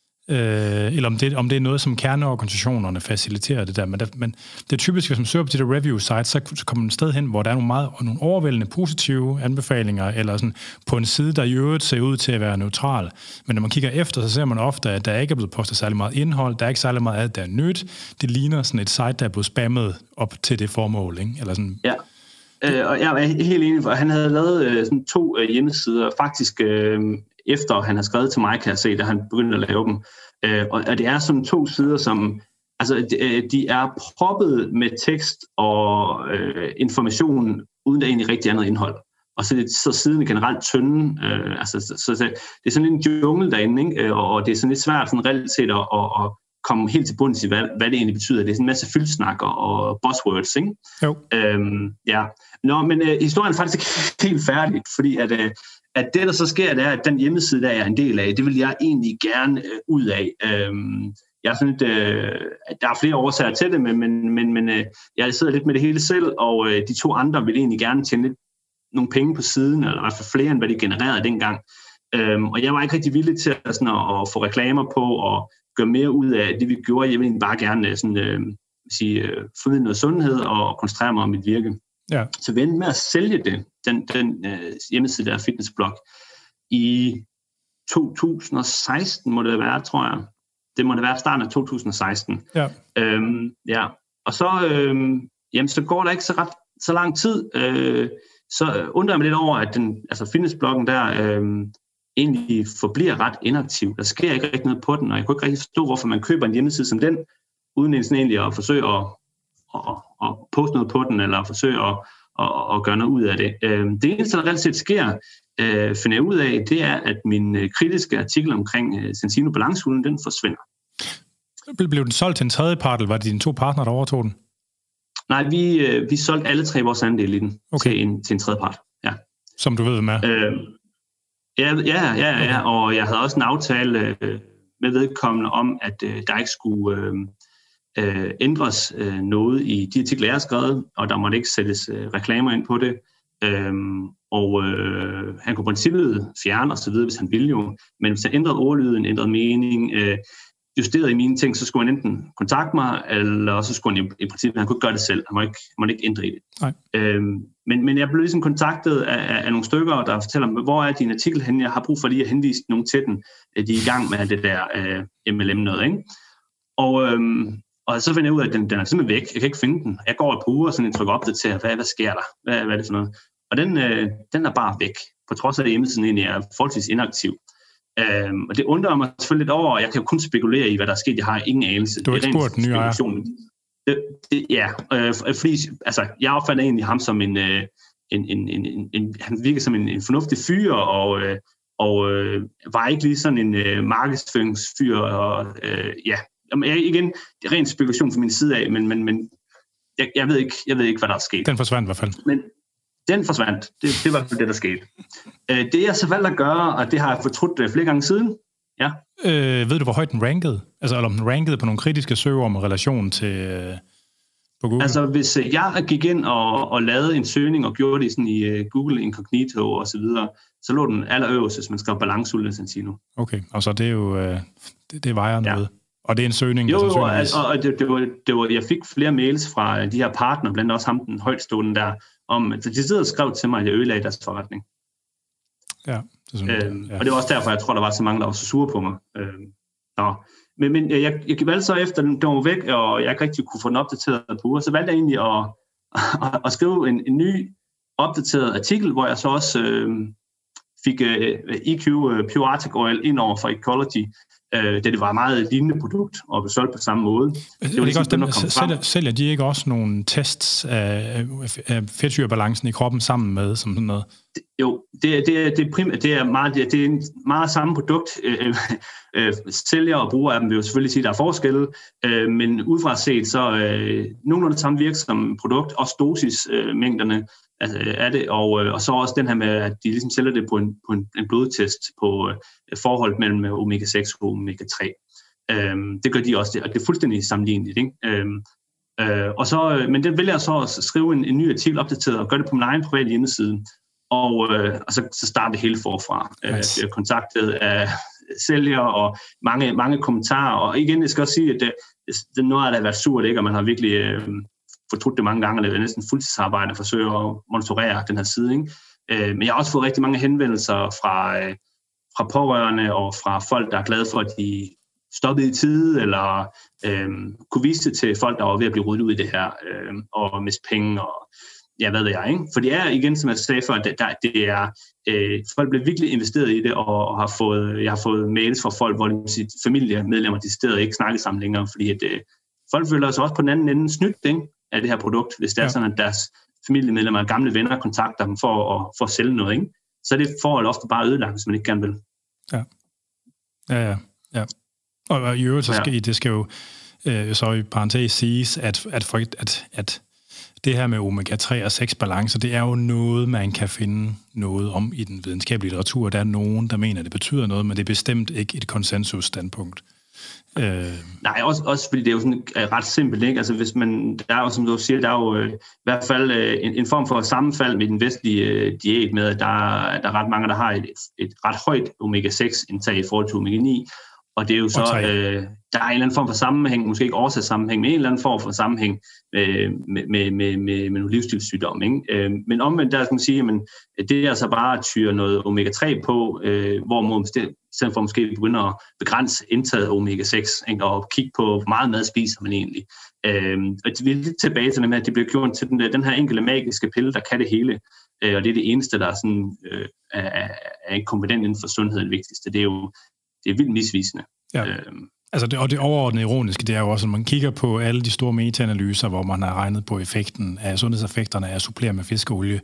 Øh, eller om det, om det er noget, som kerneorganisationerne faciliterer det der. Men, der, men det er typisk, hvis man søger på de der review-sites, så, så kommer man et sted hen, hvor der er nogle, meget, nogle overvældende positive anbefalinger, eller sådan på en side, der i øvrigt ser ud til at være neutral. Men når man kigger efter, så ser man ofte, at der ikke er blevet postet særlig meget indhold, der er ikke særlig meget af det, der er nyt. Det ligner sådan et site, der er blevet spammet op til det formål, ikke? Eller sådan. Ja. Øh, og jeg er helt enig, for han havde lavet øh, sådan to øh, hjemmesider, faktisk øh, efter han har skrevet til mig, kan jeg se, da han begyndte at lave dem. Øh, og, og det er sådan to sider, som altså, de, de er proppet med tekst og øh, information, uden der egentlig rigtig andet indhold. Og så, så siden generelt tynde. Øh, altså, så, så, det er sådan en jungle derinde, ikke? Og, og det er sådan lidt svært sådan reelt set at, at, at komme helt til bunds i, hvad, hvad det egentlig betyder. Det er sådan en masse fyldsnak og buzzwords, ikke? Jo. Øhm, ja. Nå, men øh, historien er faktisk ikke helt færdig, fordi at, øh, at det, der så sker, det er, at den hjemmeside, der er en del af, det vil jeg egentlig gerne øh, ud af. Øhm, jeg er sådan lidt, øh, der er flere årsager til det, men, men, men, men øh, jeg sidder lidt med det hele selv, og øh, de to andre vil egentlig gerne tjene lidt, nogle penge på siden, eller i hvert fald flere, end hvad de genererede dengang. Øhm, og jeg var ikke rigtig villig til at, sådan, at, at få reklamer på, og gøre mere ud af det, vi gjorde. Jeg ville bare gerne sådan, øh, sige, øh, formidle noget sundhed og koncentrere mig om mit virke. Ja. Så vi endte med at sælge det, den, den øh, hjemmeside der, Fitnessblog, i to tusind og seksten må det være, tror jeg. Det må det være starten af to tusind og seksten. Ja. Øhm, ja. Og så, øhm, jamen, så går der ikke så, ret, så lang tid. Øh, så undrer jeg mig lidt over, at den, altså fitnessbloggen der øh, egentlig forbliver ret inaktiv. Der sker ikke rigtig noget på den, og jeg kunne ikke rigtig forstå, hvorfor man køber en hjemmeside som den, uden sådan egentlig at forsøge at, at, at poste noget på den, eller forsøge at, at, at gøre noget ud af det. Øh, det eneste, der reelt set sker, øh, finder jeg ud af, det er, at min kritiske artikel omkring øh, Sensino balancehunden, den forsvinder. Blev den solgt til en tredje part, eller var det dine to partnere, der overtog den? Nej, vi, øh, vi solgte alle tre vores andel i den okay. til, en, til en tredje part. Ja. Som du ved med? Øh, ja, ja, ja, ja, og jeg havde også en aftale øh, med vedkommende om, at øh, der ikke skulle øh, øh, ændres øh, noget i de artikler, jeg har skrevet, og der måtte ikke sættes øh, reklamer ind på det. Øh, og øh, han kunne i princippet fjerne og så videre, hvis han ville jo. Men hvis han ændrede ordlyden, ændrede mening, øh, justeret i mine ting, så skulle han enten kontakte mig, eller så skulle han i, i princippet, han kunne ikke gøre det selv. Han må ikke, han må ikke ændre i det. Nej. Øhm, men, men jeg blev ligesom kontaktet af, af, af nogle stykker, der fortæller mig, hvor er din artikel henne? Jeg har brug for lige at henvise nogen til den. De er i gang med det der øh, M L M noget, ikke? Og, øhm, og så finder jeg ud af, at den, den er simpelthen væk. Jeg kan ikke finde den. Jeg går et par uger, og sådan jeg trykker opdaterer, hvad, hvad sker der? Hvad, hvad er det for noget? Og den, øh, den er bare væk, på trods af, at hjemmesiden egentlig er forholdsvis inaktiv. Øhm, og det undrer mig selvfølgelig lidt over, og jeg kan jo kun spekulere i, hvad der er sket. Jeg har ingen anelse. Du har ikke spurgt den nye ejer? Det, det, ja, øh, fordi altså, jeg opfatter egentlig ham som en, øh, en, en, en, en han virker som en, en fornuftig fyr, og, øh, og øh, var ikke lige sådan en øh, markedsføringsfyr, og øh, ja, Jamen, igen, det er ren spekulation fra min side af, men, men, men jeg, jeg, ved ikke, jeg ved ikke, hvad der er sket. Den forsvandt i hvert fald. Men den forsvandt. Det, det var det, der skete. Øh, det jeg så valgte at gøre, og det har jeg fortrudt flere gange siden, ja. Øh, ved du, hvor højt den rankede? Altså, eller om den rankede på nogle kritiske søger med relation til øh, på Google? Altså, hvis øh, jeg gik ind og, og lavede en søgning og gjorde det sådan i øh, Google Incognito og så videre, så lå den allerøverst, hvis man skrev balanceuldsensino. Okay, og så det er jo, øh, det, det vejer noget. Ja. Og det er en søgning, jo, der jo, altså, og det, det, var, det var, jeg fik flere mails fra de her partner, blandt også ham, den højtstående der, om, at de sidder og skrev til mig, at jeg ødelagde deres forretning. Ja, det sådan, øhm, ja. Og det var også derfor, jeg tror, der var så mange, der var så sure på mig. Øhm, nå. Men, men jeg, jeg valgte så efter, den var væk, og jeg ikke rigtig kunne få den opdateret på uger, så valgte jeg egentlig at, at, at skrive en, en ny opdateret artikel, hvor jeg så også øh, fik øh, E Q øh, Pure Arctic Oil ind over for Ecology, øh, da det var et meget lignende produkt, og blev solgt på samme måde. Det var ligesom dem, dem sælger, sælger de ikke også nogle tests af, af fedtsyrebalancen i kroppen sammen med, som sådan noget? Jo, det er, det er, det er, prim, det er, meget, det er, det er en meget samme produkt. Øh, øh, sælger og bruger af dem vil jo selvfølgelig sige, at der er forskelle, øh, men udefra set så øh, nogenlunde samme virksomme produkt, også dosismængderne altså, er det, og, øh, og så også den her med, at de ligesom sælger det på en, på en, en blodtest på øh, forholdet mellem omega seks og omega tre. Øh, det gør de også, og det er fuldstændig sammenligneligt, ikke? Øh, øh, og så, men det vælger jeg så at skrive en, en ny artikel opdateret og gøre det på min egen private hjemmeside. Og, øh, og så, så starter det hele forfra. Nice. Jeg bliver kontaktet af sælgere og mange, mange kommentarer. Og igen, jeg skal også sige, at det, det noget af det har været surt, ikke? Og man har virkelig øh, fortrudt det mange gange, og det er næsten fuldtidsarbejde at forsøge at monitorere den her side. Ikke? Øh, men jeg har også fået rigtig mange henvendelser fra, øh, fra pårørende og fra folk, der er glade for, at de stoppede i tide, eller øh, kunne vise det til folk, der var ved at blive ryddet ud i det her, øh, og miste penge og ja, hvad ved jeg, ikke? For det er igen, som jeg sagde før, det, der, det er, øh, folk bliver virkelig investeret i det, og, og har fået, jeg har fået mails fra folk, hvor de familiemedlemmer, de steder ikke snakker sammen længere, fordi at, øh, folk føler sig også på den anden ende snydt, ikke, af det her produkt, hvis det er sådan, at deres familiemedlemmer og gamle venner kontakter dem for at, for at sælge noget, ikke? Så er det forhold ofte bare ødelagt, hvis man ikke gerne vil. Ja, ja, ja. ja. Og, og i øvrigt, så skal, ja. det skal jo øh, så i parentes siges, at, at, at, at det her med omega tre og seks balance, det er jo noget, man kan finde noget om i den videnskabelige litteratur. Der er nogen, der mener, at det betyder noget, men det er bestemt ikke et konsensusstandpunkt. Øh... Nej, også, også fordi det er jo sådan ret simpelt, ikke? Altså hvis man, der er jo, som du siger, der er jo øh, i hvert fald øh, en, en form for sammenfald med den vestlige øh, diæt med, at der, der er ret mange, der har et, et ret højt omega seks indtag i forhold til omega ni, og det er jo så, øh, der er en eller anden form for sammenhæng, måske ikke årsagssammenhæng, men en eller anden form for sammenhæng øh, med, med, med, med, med nogle livsstilssygdomme. Ikke? Øh, men omvendt der skal man sige, at det er altså bare at tyre noget omega tre på, øh, hvor man selv for måske begynder at begrænse indtaget af omega seks, ikke? Og kigge på, hvor meget mad spiser man egentlig. Øh, og vi er lidt tilbage til det, at det bliver gjort til den, den her enkelte magiske pille, der kan det hele. Øh, og det er det eneste, der er, sådan, øh, er, er ikke kompetent inden for sundhed det vigtigste. Det er jo det er vildt misvisende. Ja. Øhm. Altså det, og det overordnede ironiske, det er jo også, at man kigger på alle de store meta-analyser, hvor man har regnet på effekten af sundhedseffekterne af at supplere med fiskeolie,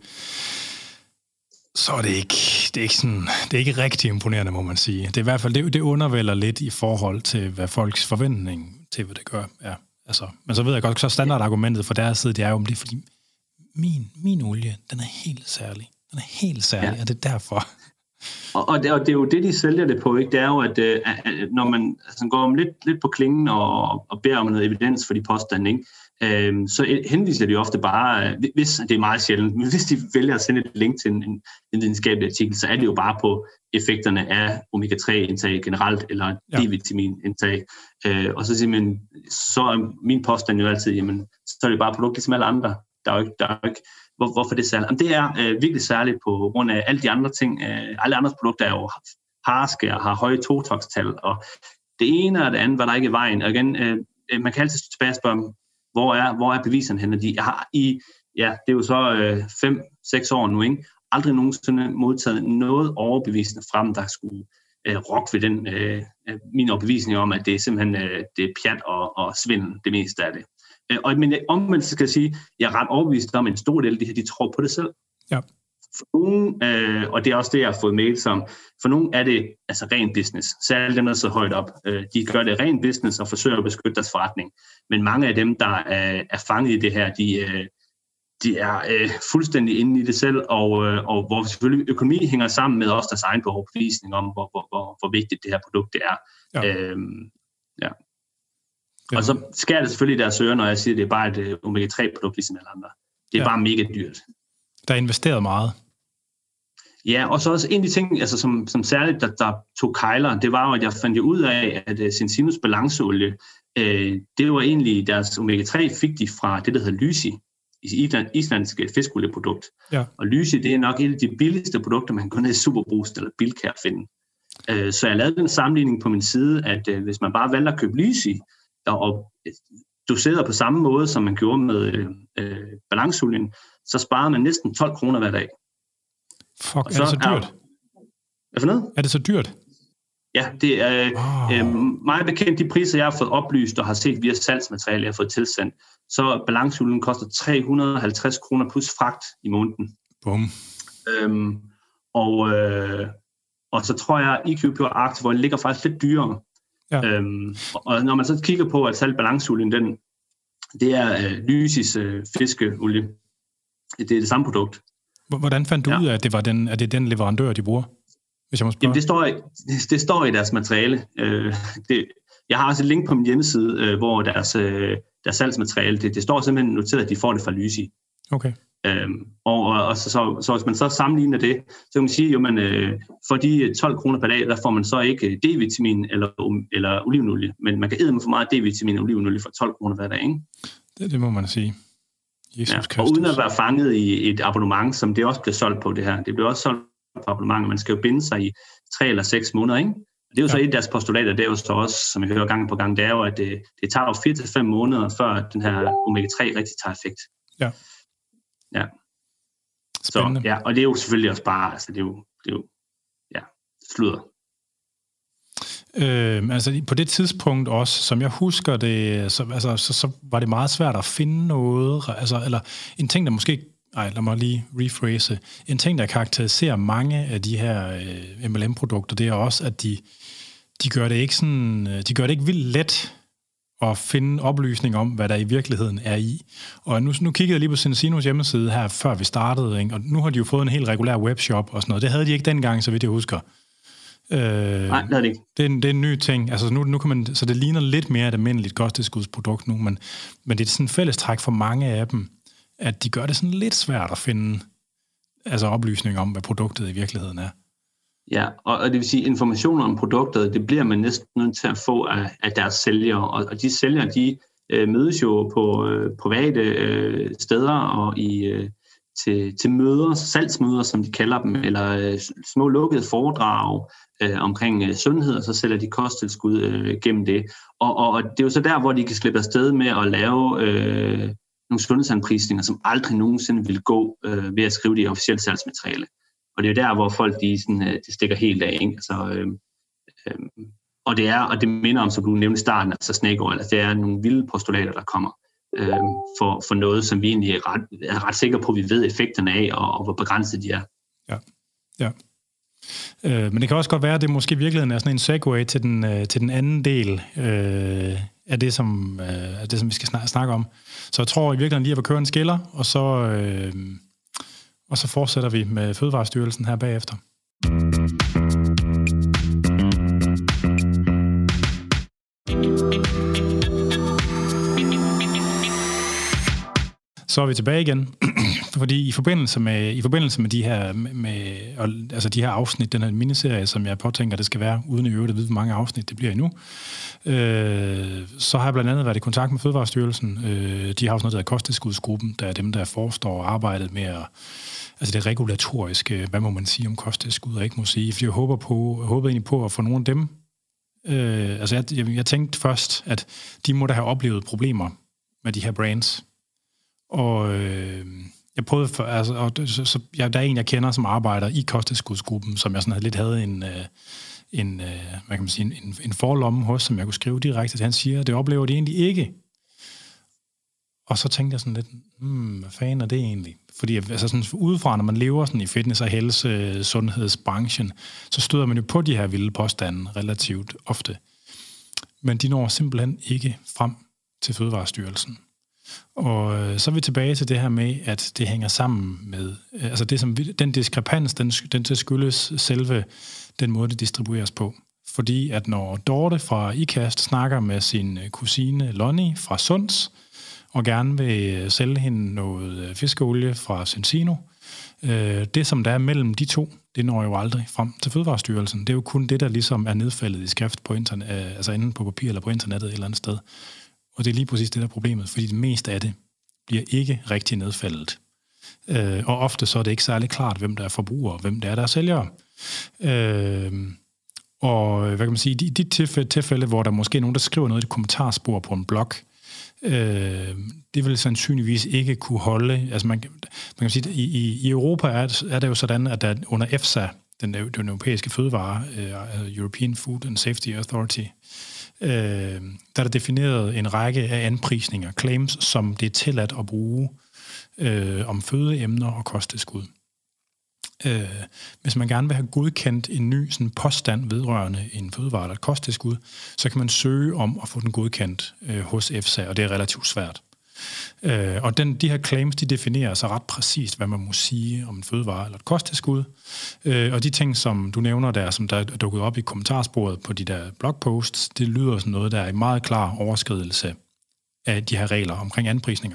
så er det ikke, det er ikke sådan, det er ikke rigtig imponerende, må man sige. Det er i hvert fald, det, det undervælder lidt i forhold til, hvad folks forventning til, hvad det gør. Ja, altså, men så ved jeg godt, så standardargumentet for deres side, det er jo, det er fordi, min, min olie, den er helt særlig. Den er helt særlig, ja. Og det er derfor. Og, og, det, og det er jo det, de sælger det på, ikke? Det er jo, at, at når man altså, går om lidt, lidt på klingen og, og beder om noget evidens for de påstande, ikke? øh, så henviser de ofte bare, hvis det er meget sjældent, men hvis de vælger at sende et link til en, en videnskabelig artikel, så er det jo bare på effekterne af omega tre indtag generelt, eller ja. D-vitamin indtag. Øh, og så siger man, så er min påstand jo altid, jamen, så er det bare produkt ligesom alle andre. Der er jo ikke, der er jo ikke hvor, hvorfor det er særligt? Jamen, det er øh, virkelig særligt på grund af alle de andre ting. Øh, alle andre produkter er jo harske og har høje totox-tal, og det ene og det andet var der ikke i vejen. Og igen, øh, man kan altid tilbage spørge, hvor er, hvor er beviserne henne? De har i, ja, det er jo så øh, fem, seks år nu, ikke? Aldrig nogensinde modtaget noget overbevisende frem, der skulle øh, rokke ved den, øh, min overbevisning om, at det er simpelthen øh, det er pjat og, og svindel, det meste af det. Øh, og, men omvendt skal jeg sige, jeg er ret overbevist om, at en stor del af de her, de tror på det selv. Ja. For nogen, øh, og det er også det, jeg har fået mails om, for nogen er det altså ren business. Særligt dem, der så højt op. Øh, de gør det ren business og forsøger at beskytte deres forretning. Men mange af dem, der er, er fanget i det her, de, øh, de er øh, fuldstændig inde i det selv, og, øh, og hvor selvfølgelig økonomi hænger sammen med også deres egen overbevisning om, hvor, hvor, hvor, hvor vigtigt det her produkt det er. Ja. Øhm, ja. Og så skærer det selvfølgelig i deres ører, når jeg siger, at det er bare et omega tre produkt ligesom alle andre. Det er ja. bare mega dyrt. Der er investeret meget. Ja, og så også en af de ting, altså, som, som særligt, der, der tog kejler, det var jo, at jeg fandt jo ud af, at uh, Sensinus balanceolie, øh, det var egentlig deres omega tre fik de fra det, der hedder Lysi, island, islandske fiskolieprodukt. Ja. Og Lysi, det er nok et af de billigste produkter, man kan kun have i Superbrugst eller Bilka finde. Uh, så jeg lavede en sammenligning på min side, at uh, hvis man bare valgte at købe Lysi, og, og doseret på samme måde, som man gjorde med uh, balanceolien, så sparede man næsten tolv kroner hver dag. Fuck, så, er det så dyrt? Hvad for noget? Er det så dyrt? Ja, det er oh. øh, meget bekendt. De priser, jeg har fået oplyst og har set via salgsmateriale, jeg har fået tilsendt, så balanceolien koster tre hundrede og halvtreds kroner plus fragt i måneden. Bum. Øhm, og, øh, og så tror jeg, at E Q Pure Active ligger faktisk lidt dyrere. Ja. Øhm, og når man så kigger på, at salg balanceolien, den, det er øh, Lysis øh, fiskeolie. Det er det samme produkt. Hvordan fandt du ja. ud af, at det var den, at det er den leverandør, de bruger? Hvis jeg må spørge. Jamen, det står i, det står i deres materiale. Øh, det, jeg har også et link på min hjemmeside, øh, hvor deres, øh, deres salgsmateriale, det, det står simpelthen noteret, at de får det fra Lysi. Okay. Øhm, og og, og så, så, så hvis man så sammenligner det, så kan man sige, at man, øh, for de tolv kroner per dag, der får man så ikke D-vitamin eller, eller olivenolie, men man kan æde med for meget D-vitamin og olivenolie for tolv kroner hver dag, ikke? Det, det må man sige. Jesus ja, og uden at være fanget i et abonnement, som det også bliver solgt på det her. Det bliver også solgt på abonnement, man skal jo binde sig i tre eller seks måneder, ikke? Og det er jo ja. så et af deres postulater, det er jo så også, som jeg hører gang på gang, det er jo, at det, det tager jo fire til fem måneder, før den her omega tre rigtig tager effekt. Ja. Ja. Så, ja, og det er jo selvfølgelig også bare, altså det er jo, det er jo ja, sludder. Øh, altså på det tidspunkt også, som jeg husker det, så, altså, så, så var det meget svært at finde noget, altså, eller en ting, der måske, nej, lad mig lige rephrase, en ting, der karakteriserer mange af de her øh, M L M-produkter, det er også, at de, de gør det ikke sådan, de gør det ikke vildt let at finde oplysninger om, hvad der i virkeligheden er i. Og nu, nu kiggede jeg lige på Sensinus hjemmeside her, før vi startede, ikke? Og nu har de jo fået en helt regulær webshop og sådan noget. Det havde de ikke dengang, så vidt jeg husker. Øh, Nej, det er det ikke. Det er, en, det er en ny ting. Altså, nu, nu kan man, så det ligner lidt mere et almindeligt kosttilskudsprodukt nu, men, men det er sådan en fællestræk for mange af dem, at de gør det sådan lidt svært at finde altså oplysninger om, hvad produktet i virkeligheden er. Ja, og, og det vil sige, informationer om produktet, det bliver man næsten nødt til at få af, af deres sælgere, og, og de sælgere, de øh, mødes jo på øh, private øh, steder og i øh, til, til møder, salgsmøder, som de kalder dem, eller øh, små lukkede foredrag øh, omkring øh, sundhed, og så sælger de kosttilskud øh, gennem det. Og, og, og det er jo så der, hvor de kan slippe afsted med at lave øh, nogle sundhedsanprisninger, som aldrig nogensinde vil gå øh, ved at skrive det i officielt salgsmateriale. Og det er jo der, hvor folk de, sådan, øh, de stikker helt af. Ikke? Altså, øh, øh, og det er, og det minder om, som du nævnte i starten, altså snake oil, altså det er nogle vilde postulater, der kommer. For, for noget, som vi egentlig er ret, er ret sikre på, at vi ved effekterne af, og, og hvor begrænset de er. Ja, ja. Øh, men det kan også godt være, at det måske i virkeligheden er sådan en segue til den, øh, til den anden del øh, af, det, som, øh, af det, som vi skal snak, snakke om. Så jeg tror i virkeligheden lige at køre en skiller, og så, øh, og så fortsætter vi med Fødevarestyrelsen her bagefter. så er vi tilbage igen. Fordi i forbindelse med, i forbindelse med de her, med, altså de her afsnit, den her miniserie, som jeg påtænker, det skal være, uden i øvrigt at vide, hvor mange afsnit det bliver endnu, øh, så har jeg blandt andet været i kontakt med Fødevarestyrelsen. Øh, de har også noget, der hedder kosttilskudsgruppen, der er dem, der forestår arbejdet med at, altså det regulatoriske, hvad må man sige om kosttilskud og ikke må sige. Fordi jeg håber, på, jeg håber egentlig på at få nogle af dem. Øh, altså jeg, jeg, jeg tænkte først, at de må da have oplevet problemer med de her brands. Og øh, jeg prøvede, for, altså, og så, så, ja, der er en, jeg kender, som arbejder i kosttilskudsgruppen, som jeg sådan havde lidt havde en, øh, en, øh, hvad kan man sige, en, en forlomme hos, som jeg kunne skrive direkte til. Han siger, det oplever de egentlig ikke. Og så tænkte jeg sådan lidt, hmm, hvad fanden er det egentlig? Fordi altså sådan, udefra, når man lever sådan i fitness- og helse, sundhedsbranchen, så støder man jo på de her vilde påstande relativt ofte. Men de når simpelthen ikke frem til Fødevarestyrelsen. Og så er vi tilbage til det her med, at det hænger sammen med, altså det som, den diskrepans, den, den skyldes selve den måde, det distribueres på. Fordi at når Dorte fra IKAST snakker med sin kusine Lonnie fra Sunds, og gerne vil sælge hende noget fiskeolie fra Sensino, det som der er mellem de to, det når jo aldrig frem til Fødevarestyrelsen. Det er jo kun det, der ligesom er nedfældet i skrift på internet, altså enten på papir eller på internettet et eller andet sted. Og det er lige præcis det, der er problemet, fordi det meste af det bliver ikke rigtig nedfældet. Øh, og ofte så er det ikke særlig klart, hvem der er forbrugere, og hvem der er, der er sælgere. Øh, og hvad kan man sige, i de tilfælde, tilfælde, hvor der måske er nogen, der skriver noget i et kommentarspor på en blog, øh, det vil sandsynligvis ikke kunne holde. Altså man, man kan sige, at i, i Europa er, er det jo sådan, at der under EFSA, den, den europæiske fødevare, uh, European Food and Safety Authority, Øh, der er der defineret en række af anprisninger, claims, som det er tilladt at bruge øh, om fødeemner og kosttilskud. Øh, hvis man gerne vil have godkendt en ny sådan, påstand vedrørende en fødevare eller et kosttilskud, så kan man søge om at få den godkendt øh, hos EFSA, og det er relativt svært. Øh, og den, de her claims, de definerer så ret præcist, hvad man må sige om en fødevare eller et kosttilskud. Øh, og de ting, som du nævner der, som der er dukket op i kommentarsporet på de der blogposts, det lyder som noget, der er en meget klar overskridelse af de her regler omkring anprisninger.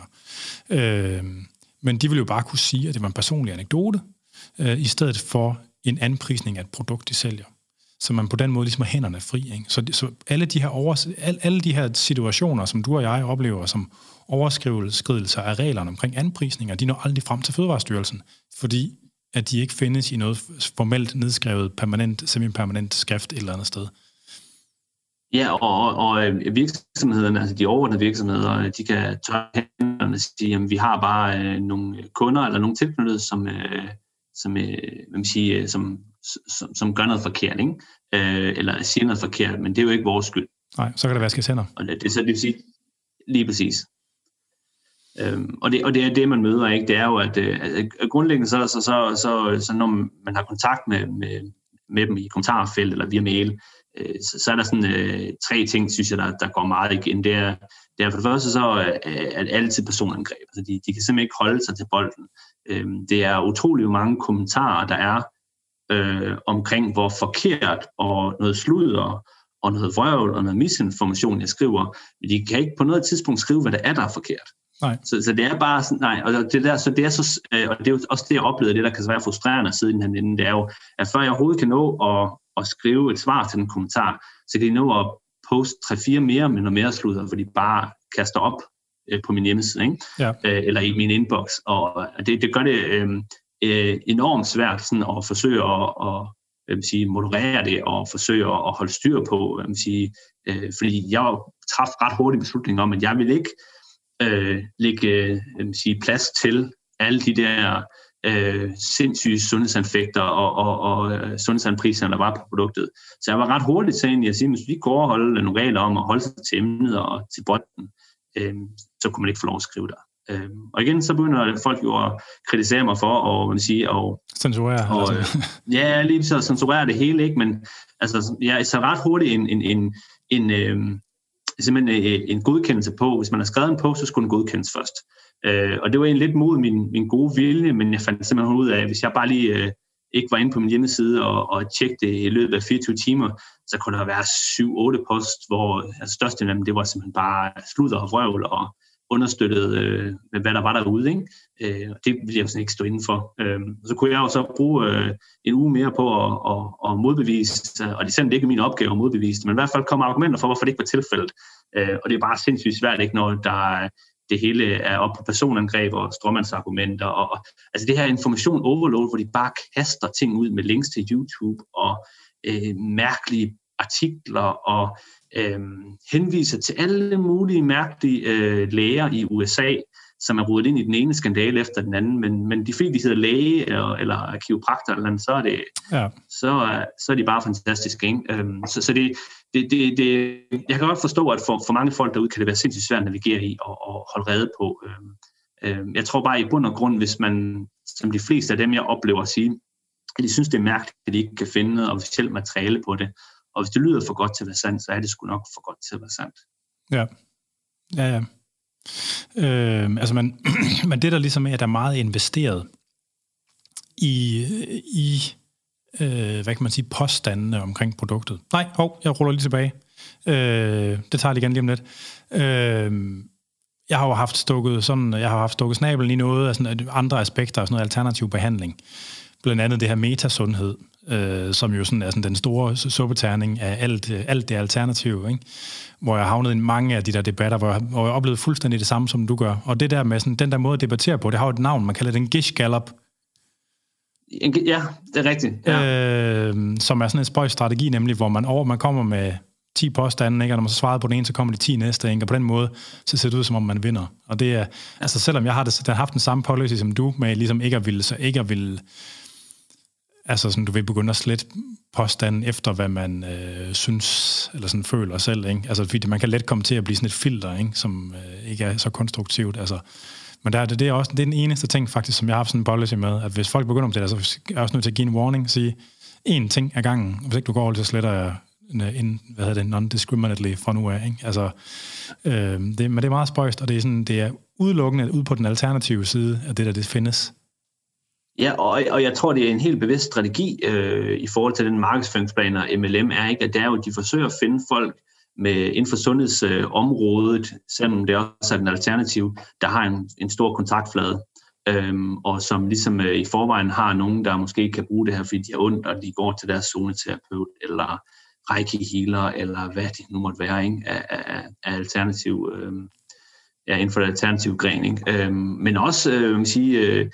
Øh, men de vil jo bare kunne sige, at det var en personlig anekdote, øh, i stedet for en anprisning af et produkt, de sælger. Så man på den måde ligesom har hænderne fri. Ikke? Så, så alle, de her over, alle, alle de her situationer, som du og jeg oplever som overskridelser af reglerne omkring anprisninger, de når aldrig frem til Fødevarestyrelsen, fordi at de ikke findes i noget formelt nedskrevet, permanent, semi-permanent skrift et eller andet sted. Ja, og, og virksomhederne, altså de overordnede virksomheder, de kan tørre hænderne og sige, at vi har bare øh, nogle kunder eller nogle tilknyttede, som, øh, som, øh, hvad man siger, som, som, som gør noget forkert, ikke? Øh, eller siger noget forkert, men det er jo ikke vores skyld. Nej, så kan det vaskes hænder. Og det, det, så det vil sige, lige præcis. Øhm, og, det, og det er det, man møder, ikke? Det er jo, at, at grundlæggende så, så, så, så, så når man har kontakt med, med, med dem i kommentarfelt eller via mail, øh, så, så er der sådan øh, tre ting, synes jeg, der, der går meget igen. Det er, det er for det første så, at altid personangreb. Altså de, de kan simpelthen ikke holde sig til bolden. Øhm, det er utrolig mange kommentarer, der er øh, omkring, hvor forkert og noget sludder og noget vrøvl og noget misinformation, jeg skriver. Men de kan ikke på noget tidspunkt skrive, hvad det er, der er forkert. Nej. Så, så det er bare sådan, nej, og det der, så det er så, og det er jo også det, jeg oplevede, det der kan være frustrerende at sidde i den her ende, det er jo, at før jeg overhovedet kan nå at, at skrive et svar til den kommentar, så kan de nå at poste tre-fire mere med noget mere sludder, hvor de bare kaster op øh, på min hjemmeside, ikke? Ja. Øh, eller i min inbox, og det, det gør det øh, øh, enormt svært sådan, at forsøge at, at vil sige, moderere det og forsøge at holde styr på, vil sige, øh, fordi jeg traf ret hurtigt beslutning om, at jeg vil ikke Øh, lægge øh, sige, plads til alle de der øh, sindssyge sundhedsanfekter og, og, og øh, sundhedsanpriser, der var på produktet. Så jeg var ret hurtigt til at sige, at hvis vi går og holde nogle regler om at holde sig til emnet og til bolden, øh, så kunne man ikke få lov at skrive der. Øh, og igen, så begynder folk jo at kritisere mig for og, man siger, og censurere. Og, altså. øh, ja, lige så censurere det hele, ikke? Men altså, jeg er så ret hurtigt en, en, en, en øh, simpelthen en godkendelse på. Hvis man har skrevet en post, så skulle den godkendes først. Øh, og det var egentlig lidt mod min, min gode vilje, men jeg fandt simpelthen ud af, at hvis jeg bare lige øh, ikke var inde på min hjemmeside og, og tjekkede det i løbet af fireogtyve timer, så kunne der være syv otte post, hvor altså, størstedelen af dem, det var simpelthen bare sludder og vrøvl og understøttede, øh, hvad der var derude, ikke? Øh, og det ville jeg sådan ikke stå inden for. Øh, så kunne jeg jo så bruge øh, en uge mere på at, at, at modbevise, og det er simpelthen ikke min opgave at modbevise det, men i hvert fald komme argumenter for, hvorfor det ikke var tilfældet. Øh, og det er bare sindssygt svært, ikke, når der det hele er op på personangreb og stråmandsargumenter. Og, og, altså det her information overload, hvor de bare kaster ting ud med links til YouTube og øh, mærkelige artikler og øh, henviser til alle mulige mærkelige øh, læger i U S A, som er rodet ind i den ene skandale efter den anden, men, men de fordi de hedder læge eller, eller kiropraktor eller andet, så er det ja. så, så er de bare fantastiske, ikke? Øhm, så, så det, det, det, det, jeg kan godt forstå, at for, for mange folk derude kan det være sindssygt svært at navigere i og, og holde rede på. Øhm, øhm, jeg tror bare i bund og grund, hvis man, som de fleste af dem, jeg oplever at sige, at de synes, det er mærkeligt, at de ikke kan finde noget officielt materiale på det, og hvis det lyder for godt til at være sandt, så er det sgu nok for godt til at være sandt. Ja, ja, ja. Øh, altså man, men det der ligesom er, at der er meget investeret i, i øh, hvad kan man sige, påstandene omkring produktet. Nej, hov, jeg ruller lige tilbage. Øh, det tager jeg igen lige om lidt. Øh, jeg har jo haft stukket sådan, jeg har haft stukket snabelen i noget af sådan andre aspekter af sådan noget alternativ behandling. Blandt andet det her metasundhed, øh, som jo sådan er sådan den store suppeterning af alt, alt det alternative, ikke? Hvor jeg havnede i mange af de der debatter, hvor jeg, hvor jeg oplevede fuldstændig det samme, som du gør. Og det der med sådan, den der måde at debattere på, det har jo et navn, man kalder det en Gish Gallop. Ja, det er rigtigt. Ja. Øh, som er sådan en spøjsstrategi, nemlig hvor man over, man kommer med ti påstande, ikke? Og når man så svarer på den ene, så kommer de ti næste, ikke? Og på den måde, så ser det ud, som om man vinder. Og det er, ja. altså selvom jeg har, det, jeg har haft den samme policy som du, med ligesom ikke at ville, så ikke at ville altså sådan, du vil begynde at slette påstanden efter, hvad man øh, synes, eller sådan føler selv, ikke? Altså, fordi man kan let komme til at blive sådan et filter, ikke? Som øh, ikke er så konstruktivt, altså. Men der er det, det er også det er den eneste ting, faktisk, som jeg har haft sådan en policy med, at hvis folk begynder om det, så er jeg også nødt til at give en warning, sige én ting ad gangen. Hvis ikke du går over, så sletter jeg en, en hvad hedder det, non-discriminately fra nu af, ikke? Altså, øh, det, men det er meget spøjst, og det er, sådan, det er udelukkende ud på den alternative side af det, der det findes. Ja, og, og jeg tror, det er en helt bevidst strategi øh, i forhold til den markedsføringsplan og M L M, er ikke, at det er jo, at de forsøger at finde folk med, inden for sundhedsområdet, øh, selvom det også er den alternativ, der har en, en stor kontaktflade, øhm, og som ligesom øh, i forvejen har nogen, der måske kan bruge det her, fordi de har ondt, og de går til deres zoneterapeut, eller reiki healer, eller hvad det nu måtte være, ikke? Af, af, af alternativ, øh, ja, inden for det alternative gren, ikke? Øhm, men også, øh, man kan sige, øh,